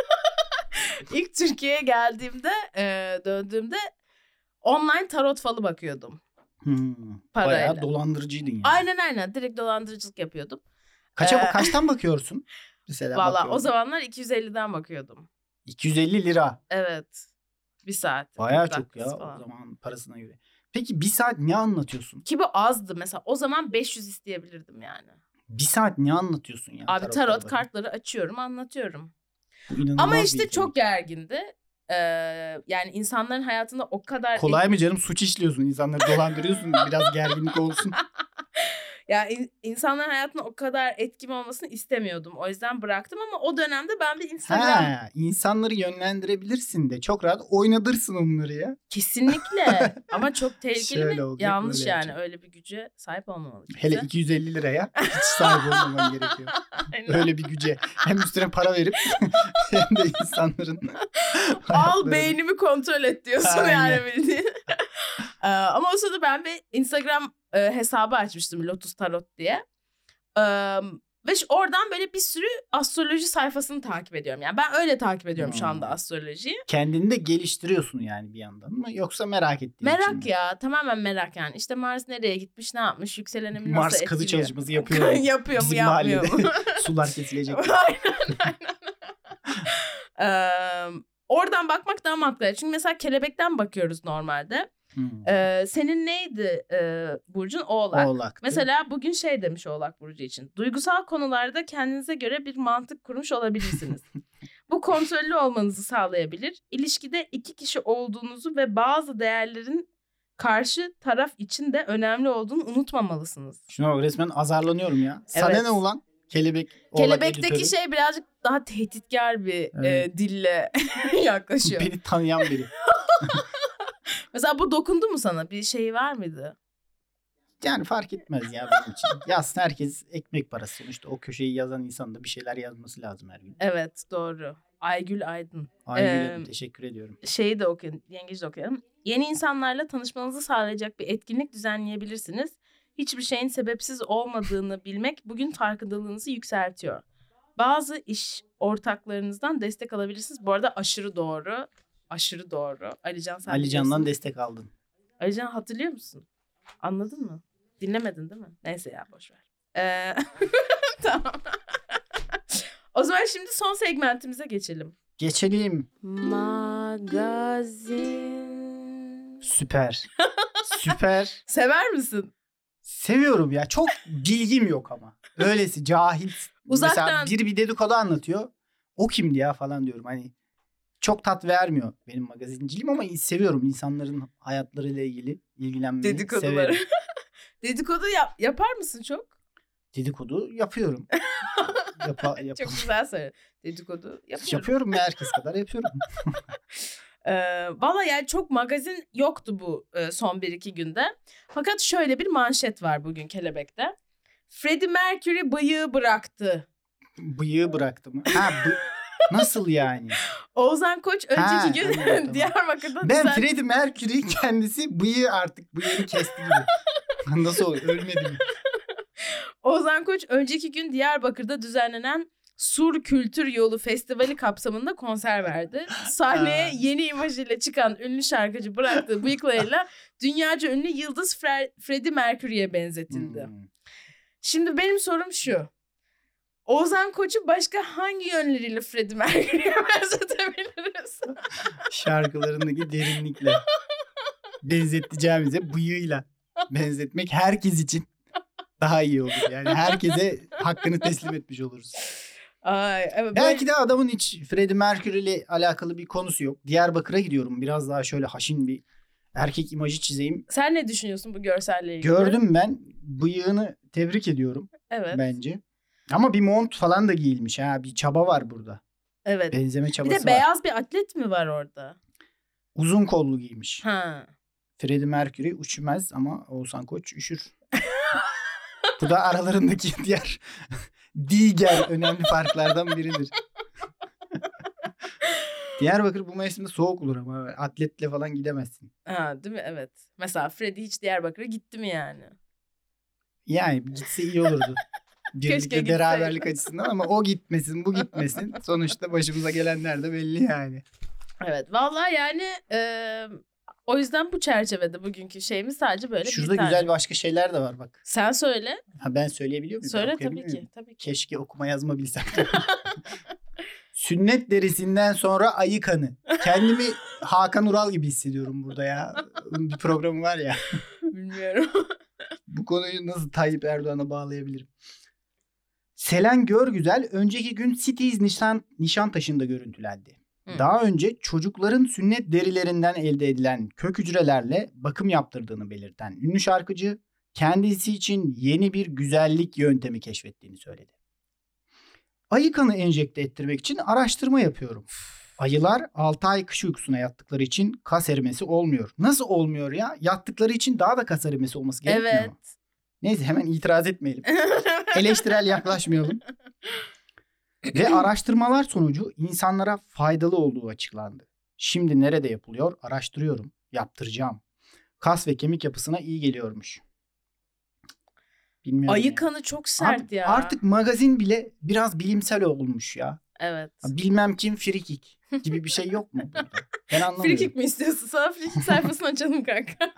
ilk Türkiye'ye geldiğimde, e, döndüğümde online tarot falı bakıyordum. Hmm. Parayla. Bayağı dolandırıcıydın yani. Aynen aynen. Direkt dolandırıcılık yapıyordum. Kaça, Ee, kaçtan bakıyorsun? Mesela Valla bakıyorum. o zamanlar iki yüz elliden bakıyordum. iki yüz elli lira. Evet. Bir saat. Bayağı kırk çok ya dakikası falan. o zaman parasına göre. Peki bir saat ne anlatıyorsun? Ki bu azdı mesela. O zaman beş yüz isteyebilirdim yani. Bir saat ne anlatıyorsun ya? Abi tarot tarot kartları? kartları açıyorum, anlatıyorum. Bu inanılmaz Ama bir işte yetenek. çok gergindi. Ee, yani insanların hayatında o kadar... Kolay mı canım? Suç işliyorsun. İnsanları dolandırıyorsun. Biraz gerginlik olsun. Ya in- insanların hayatında o kadar etkim olmasını istemiyordum. O yüzden bıraktım ama o dönemde ben bir Instagram... Ha, insanları yönlendirebilirsin de. Çok rahat oynadırsın onları ya. Kesinlikle. Ama çok tehlikeli Şöyle ve olacak, yanlış böyle yani. yapacak. Öyle bir güce sahip olmamalı kimse. Hele iki yüz elli liraya hiç sahip olmaman gerekiyor. Aynen. Öyle bir güce. Hem üstüne para verip hem de insanların Al hayatlarını- beynimi kontrol et diyorsun Aynen. yani bildiğin. Ee, ama o sırada ben bir Instagram e, hesabı açmıştım Lotus Tarot diye. Ee, ve şu- oradan böyle bir sürü astroloji sayfasını takip ediyorum. Yani ben öyle takip ediyorum şu anda Hmm. astrolojiyi. kendini de geliştiriyorsun yani bir yandan mı? Yoksa merak ettiğin için Merak mi? ya, tamamen merak yani. İşte Mars nereye gitmiş, ne yapmış, yükselenimi nasıl Mars etkiliyor? kazı çalışması yapıyor. mu? Yapıyor mu, Bizim yapmıyor mu? mahallede Sular kesilecek. Aynen aynen. Ee, oradan bakmak daha mantıklı. Çünkü mesela kelebekten bakıyoruz normalde. Hmm. Ee, senin neydi e, Burcun? Oğlak. Oğlak. Mesela bugün şey demiş Oğlak Burcu için. Duygusal konularda kendinize göre bir mantık kurmuş olabilirsiniz. Bu kontrollü olmanızı sağlayabilir. İlişkide iki kişi olduğunuzu ve bazı değerlerin karşı taraf için de önemli olduğunu unutmamalısınız. Şuna bak resmen azarlanıyorum ya. Sana Evet. ne ulan? Kelebek. Oğlak Kelebekteki editörü. şey birazcık daha tehditkar bir Evet. e, dille yaklaşıyor. Beni tanıyan biri. Mesela bu dokundu mu sana? Bir şey var mıydı? Yani fark etmez ya benim için. Yazsın herkes ekmek parası. Sonuçta o köşeyi yazan insan da bir şeyler yazması lazım her gün. Evet, doğru. Aygül Aydın. Aygül Ee, Hanım, teşekkür ediyorum. Şeyi de okuyun, Yengeç de okuyalım. Yeni insanlarla tanışmanızı sağlayacak bir etkinlik düzenleyebilirsiniz. Hiçbir şeyin sebepsiz olmadığını bilmek bugün farkındalığınızı yükseltiyor. Bazı iş ortaklarınızdan destek alabilirsiniz. Bu arada aşırı doğru. Aşırı doğru. Alican sen Ali Can'dan biliyorsun. destek aldın. Alican hatırlıyor musun? Anladın mı? Dinlemedin değil mi? Neyse ya boşver. Ee, tamam. O zaman şimdi son segmentimize geçelim. Geçelim. Magazin. Süper. Süper. Sever misin? Seviyorum ya. Çok bilgim yok ama. Öylesi cahil. Uzaktan- Mesela biri bir dedikodu anlatıyor. O kimdi ya falan diyorum. Hani çok tat vermiyor benim magazinciliğim ama seviyorum insanların hayatlarıyla ilgili ilgilenmeyi Dedikoduları. severim. Dedikodu yap, yapar mısın çok? Dedikodu yapıyorum. Yapa, yapa. Çok güzel söyle. Dedikodu yapıyorum. Yapıyorum ya, herkes kadar yapıyorum. Ee, Valla yani çok magazin yoktu bu e, son bir iki günde. Fakat şöyle bir manşet var bugün Kelebek'te. Freddie Mercury bıyığı bıraktı. Bıyığı bıraktı mı? Ha, bı- nasıl yani? Oğuzhan Koç önceki Ha, gün anladım, tamam. Diyarbakır'da Ben düzen- Freddie Mercury kendisi bıyığı artık bıyığını kesti gibi. Nasıl oluyor? Ölmedi mi? Oğuzhan Koç önceki gün Diyarbakır'da düzenlenen Sur Kültür Yolu Festivali kapsamında konser verdi. Sahneye Aa. yeni imajıyla çıkan ünlü şarkıcı bıraktığı bıyıklarıyla dünyaca ünlü yıldız Fre- Freddie Mercury'ye benzetildi. Hmm. Şimdi benim sorum şu. Oğuzhan Koç'u başka hangi yönleriyle Freddie Mercury'ye benzetebiliriz? Şarkılarındaki derinlikle. Benzeteceğimize bıyığıyla benzetmek herkes için daha iyi olur. Yani herkese hakkını teslim etmiş oluruz. Ay, evet, Belki de adamın hiç Freddie Mercury ile alakalı bir konusu yok. Diyarbakır'a gidiyorum. Biraz daha şöyle haşin bir erkek imajı çizeyim. Sen ne düşünüyorsun bu görselle ilgili? Gördüm ben. Bıyığını tebrik ediyorum Evet. bence. Ama bir mont falan da giyilmiş. Ha, bir çaba var burada. Evet. Benzeme Bir çabası de var. beyaz bir atlet mi var orada? Uzun kollu giymiş. Ha. Freddie Mercury üşümez ama Oğuzhan Koç üşür. Bu da aralarındaki diğer diğer önemli farklardan biridir. Diyarbakır bu mevsimde soğuk olur ama atletle falan gidemezsin. Ha, değil mi? Evet. Mesela Freddie hiç Diyarbakır'a gitti mi yani? Yani gitse iyi olurdu. Birlikte gitseydi. beraberlik açısından ama o gitmesin, bu gitmesin. Sonuçta başımıza gelenler de belli yani. Evet. Vallahi yani e, o yüzden bu çerçevede bugünkü şeyimiz sadece böyle Şurada bir tane. güzel başka şeyler de var bak. Sen söyle. Ha, ben söyleyebiliyor muyum? Söyle Ben tabii okuyabiliyor ki. muyum? Tabii ki. Keşke okuma yazma bilsem. Sünnet derisinden sonra ayı kanı. Kendimi Hakan Ural gibi hissediyorum burada ya. Onun bir programı var ya. Bilmiyorum. Bu konuyu nasıl Tayyip Erdoğan'a bağlayabilirim? Selen Görgüzel önceki gün Cities Nişan, Nişantaşı'nda görüntülendi. Hı. Daha önce çocukların sünnet derilerinden elde edilen kök hücrelerle bakım yaptırdığını belirten ünlü şarkıcı kendisi için yeni bir güzellik yöntemi keşfettiğini söyledi. Ayı kanı enjekte ettirmek için araştırma yapıyorum. Ayılar altı ay kış uykusuna yattıkları için kas erimesi olmuyor. Nasıl olmuyor ya? Yattıkları için daha da kas erimesi olması gerekmiyor Evet. mu? Neyse hemen itiraz etmeyelim. Eleştirel yaklaşmayalım. Ve araştırmalar sonucu insanlara faydalı olduğu açıklandı. Şimdi nerede yapılıyor? Araştırıyorum. Yaptıracağım. Kas ve kemik yapısına iyi geliyormuş. Bilmiyorum Ayı ya. kanı çok sert Abi, ya. Artık magazin bile biraz bilimsel olmuş ya. Evet. Bilmem kim frikik gibi bir şey yok mu burada? Ben anlamıyorum. Frikik mi istiyorsun? Sana frikik sayfasını açalım kanka.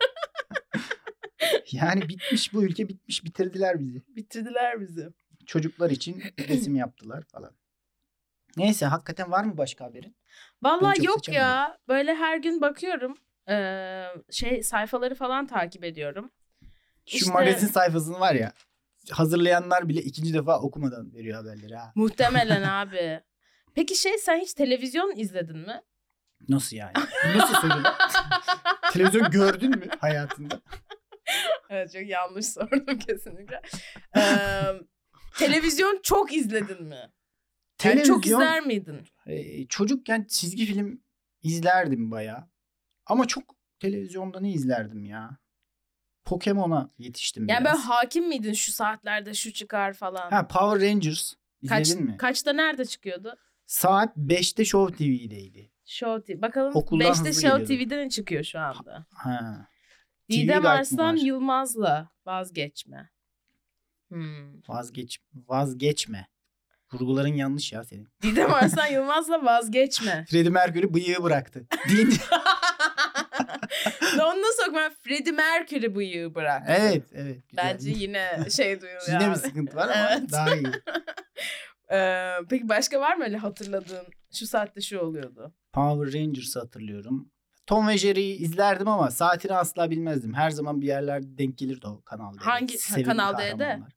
Yani bitmiş bu ülke, bitmiş, bitirdiler bizi. Bitirdiler bizi. Çocuklar için resim yaptılar falan. Neyse, hakikaten var mı başka haberin? Ben Vallahi çok yok seçemedim. ya. Böyle her gün bakıyorum. Ee, şey sayfaları falan takip ediyorum. Şu İşte- magazin sayfasını var ya, hazırlayanlar bile ikinci defa okumadan veriyor haberleri ha. Muhtemelen abi. Peki şey sen hiç televizyon izledin mi? Nasıl yani? Nasıl söylüyorsun? Televizyon gördün mü hayatında? Evet çok yanlış sordum kesinlikle. Ee, televizyon çok izledin mi? Yani çok izler miydin? e, çocukken çizgi film izlerdim bayağı. Ama çok televizyonda ne izlerdim ya? Pokemon'a yetiştim Yani biraz. böyle hakim miydin şu saatlerde şu çıkar falan? Ha, Power Rangers izledin Kaç, mi? Kaçta nerede çıkıyordu? Saat beşte Show T V'deydi. Show T V. Bakalım Okuldan beşte hızlı Show geliyordu. T V'de ne çıkıyor şu anda? Ha. T V Didem Guide mi Arslan var? Yılmaz'la vazgeçme. Hmm. Vazgeç, vazgeçme. Vurguların yanlış ya senin. Didem Arslan Yılmaz'la vazgeçme. Freddie Mercury bıyığı bıraktı. Deyince... Onu nasıl okuma? Freddie Mercury bıyığı bırak. evet, evet. Güzel. Bence yine şey duyuyor Yine yani. bir sıkıntı var ama Evet. daha iyi. Ee, peki başka var mı öyle hatırladığın şu saatte şu oluyordu? Power Rangers'ı hatırlıyorum. Tom ve Jerry'yi izlerdim ama saatini asla bilmezdim. Her zaman bir yerlerde denk gelirdi o Kanal D'de. Hangi- Sevimli Kanal D'de? kahramanlar.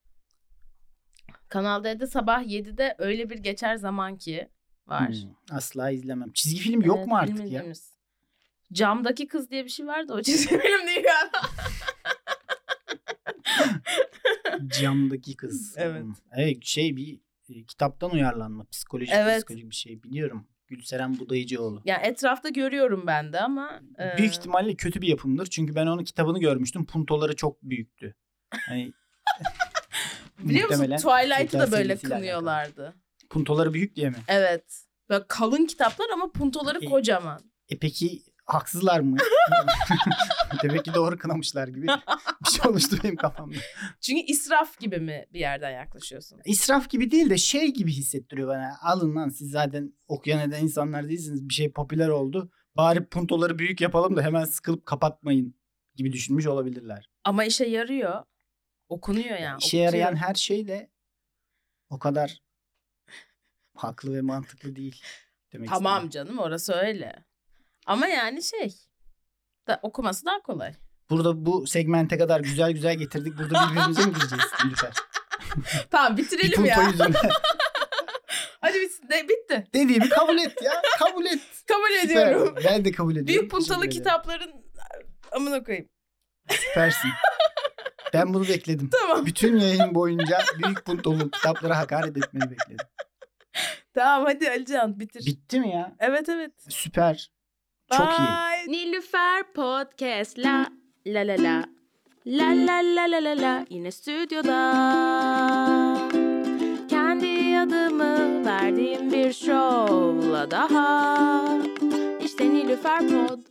Kanal D'de sabah yedide öyle bir geçer zaman ki var. Hmm, asla izlemem. Çizgi film yok Evet, mu artık ya? bilmediğimiz. Camdaki kız diye bir şey vardı o çizgi film değil galiba. Camdaki kız. Evet. Evet şey bir e, kitaptan uyarlanma. Psikolojik, Evet. psikolojik bir şey biliyorum. Gülseren Budayıcıoğlu. Yani etrafta görüyorum ben de ama. E... Büyük ihtimalle kötü bir yapımdır. Çünkü ben onun kitabını görmüştüm. Puntoları çok büyüktü. Hani Biliyor musun Twilight'ı da böyle sevgisiyle kınıyorlardı. alakalı. Puntoları büyük diye mi? Evet. Böyle kalın kitaplar ama puntoları E, kocaman. E peki haksızlar mı? Demek ki doğru kınamışlar gibi bir şey oluştu benim kafamda. Çünkü israf gibi mi bir yerden yaklaşıyorsun? İsraf gibi değil de şey gibi hissettiriyor bana. Alın lan siz zaten okuyan eden insanlar değilsiniz. Bir şey popüler oldu. Bari puntoları büyük yapalım da hemen sıkılıp kapatmayın gibi düşünmüş olabilirler. Ama işe yarıyor. Okunuyor yani. İşe yarayan her şey de o kadar haklı ve mantıklı değil. Demek Tamam istedim. canım orası öyle. Ama yani şey da, okuması daha kolay. Burada bu segmente kadar güzel güzel getirdik. Burada birbirimize mi gireceğiz Nilüfer? Tamam Bir bitirelim punto ya. yüzünden. Hadi bitsin. De, bitti. Dediğimi kabul et ya. Kabul et. Kabul Süper. ediyorum. Ben de kabul ediyorum. Büyük puntalı Teşekkür ederim. kitapların amına koyayım. Süpersin. Ben bunu bekledim. Tamam. Bütün yayın boyunca büyük puntolu kitaplara hakaret etmeni bekledim. Tamam hadi Alican bitir. Bitti mi ya? Evet evet. Süper. Çok iyi. Bye. Nilüfer Podcast la la la la la la la la la la yine stüdyoda. Kendi adımı verdiğim bir şovla daha. İşte Nilüfer Pod.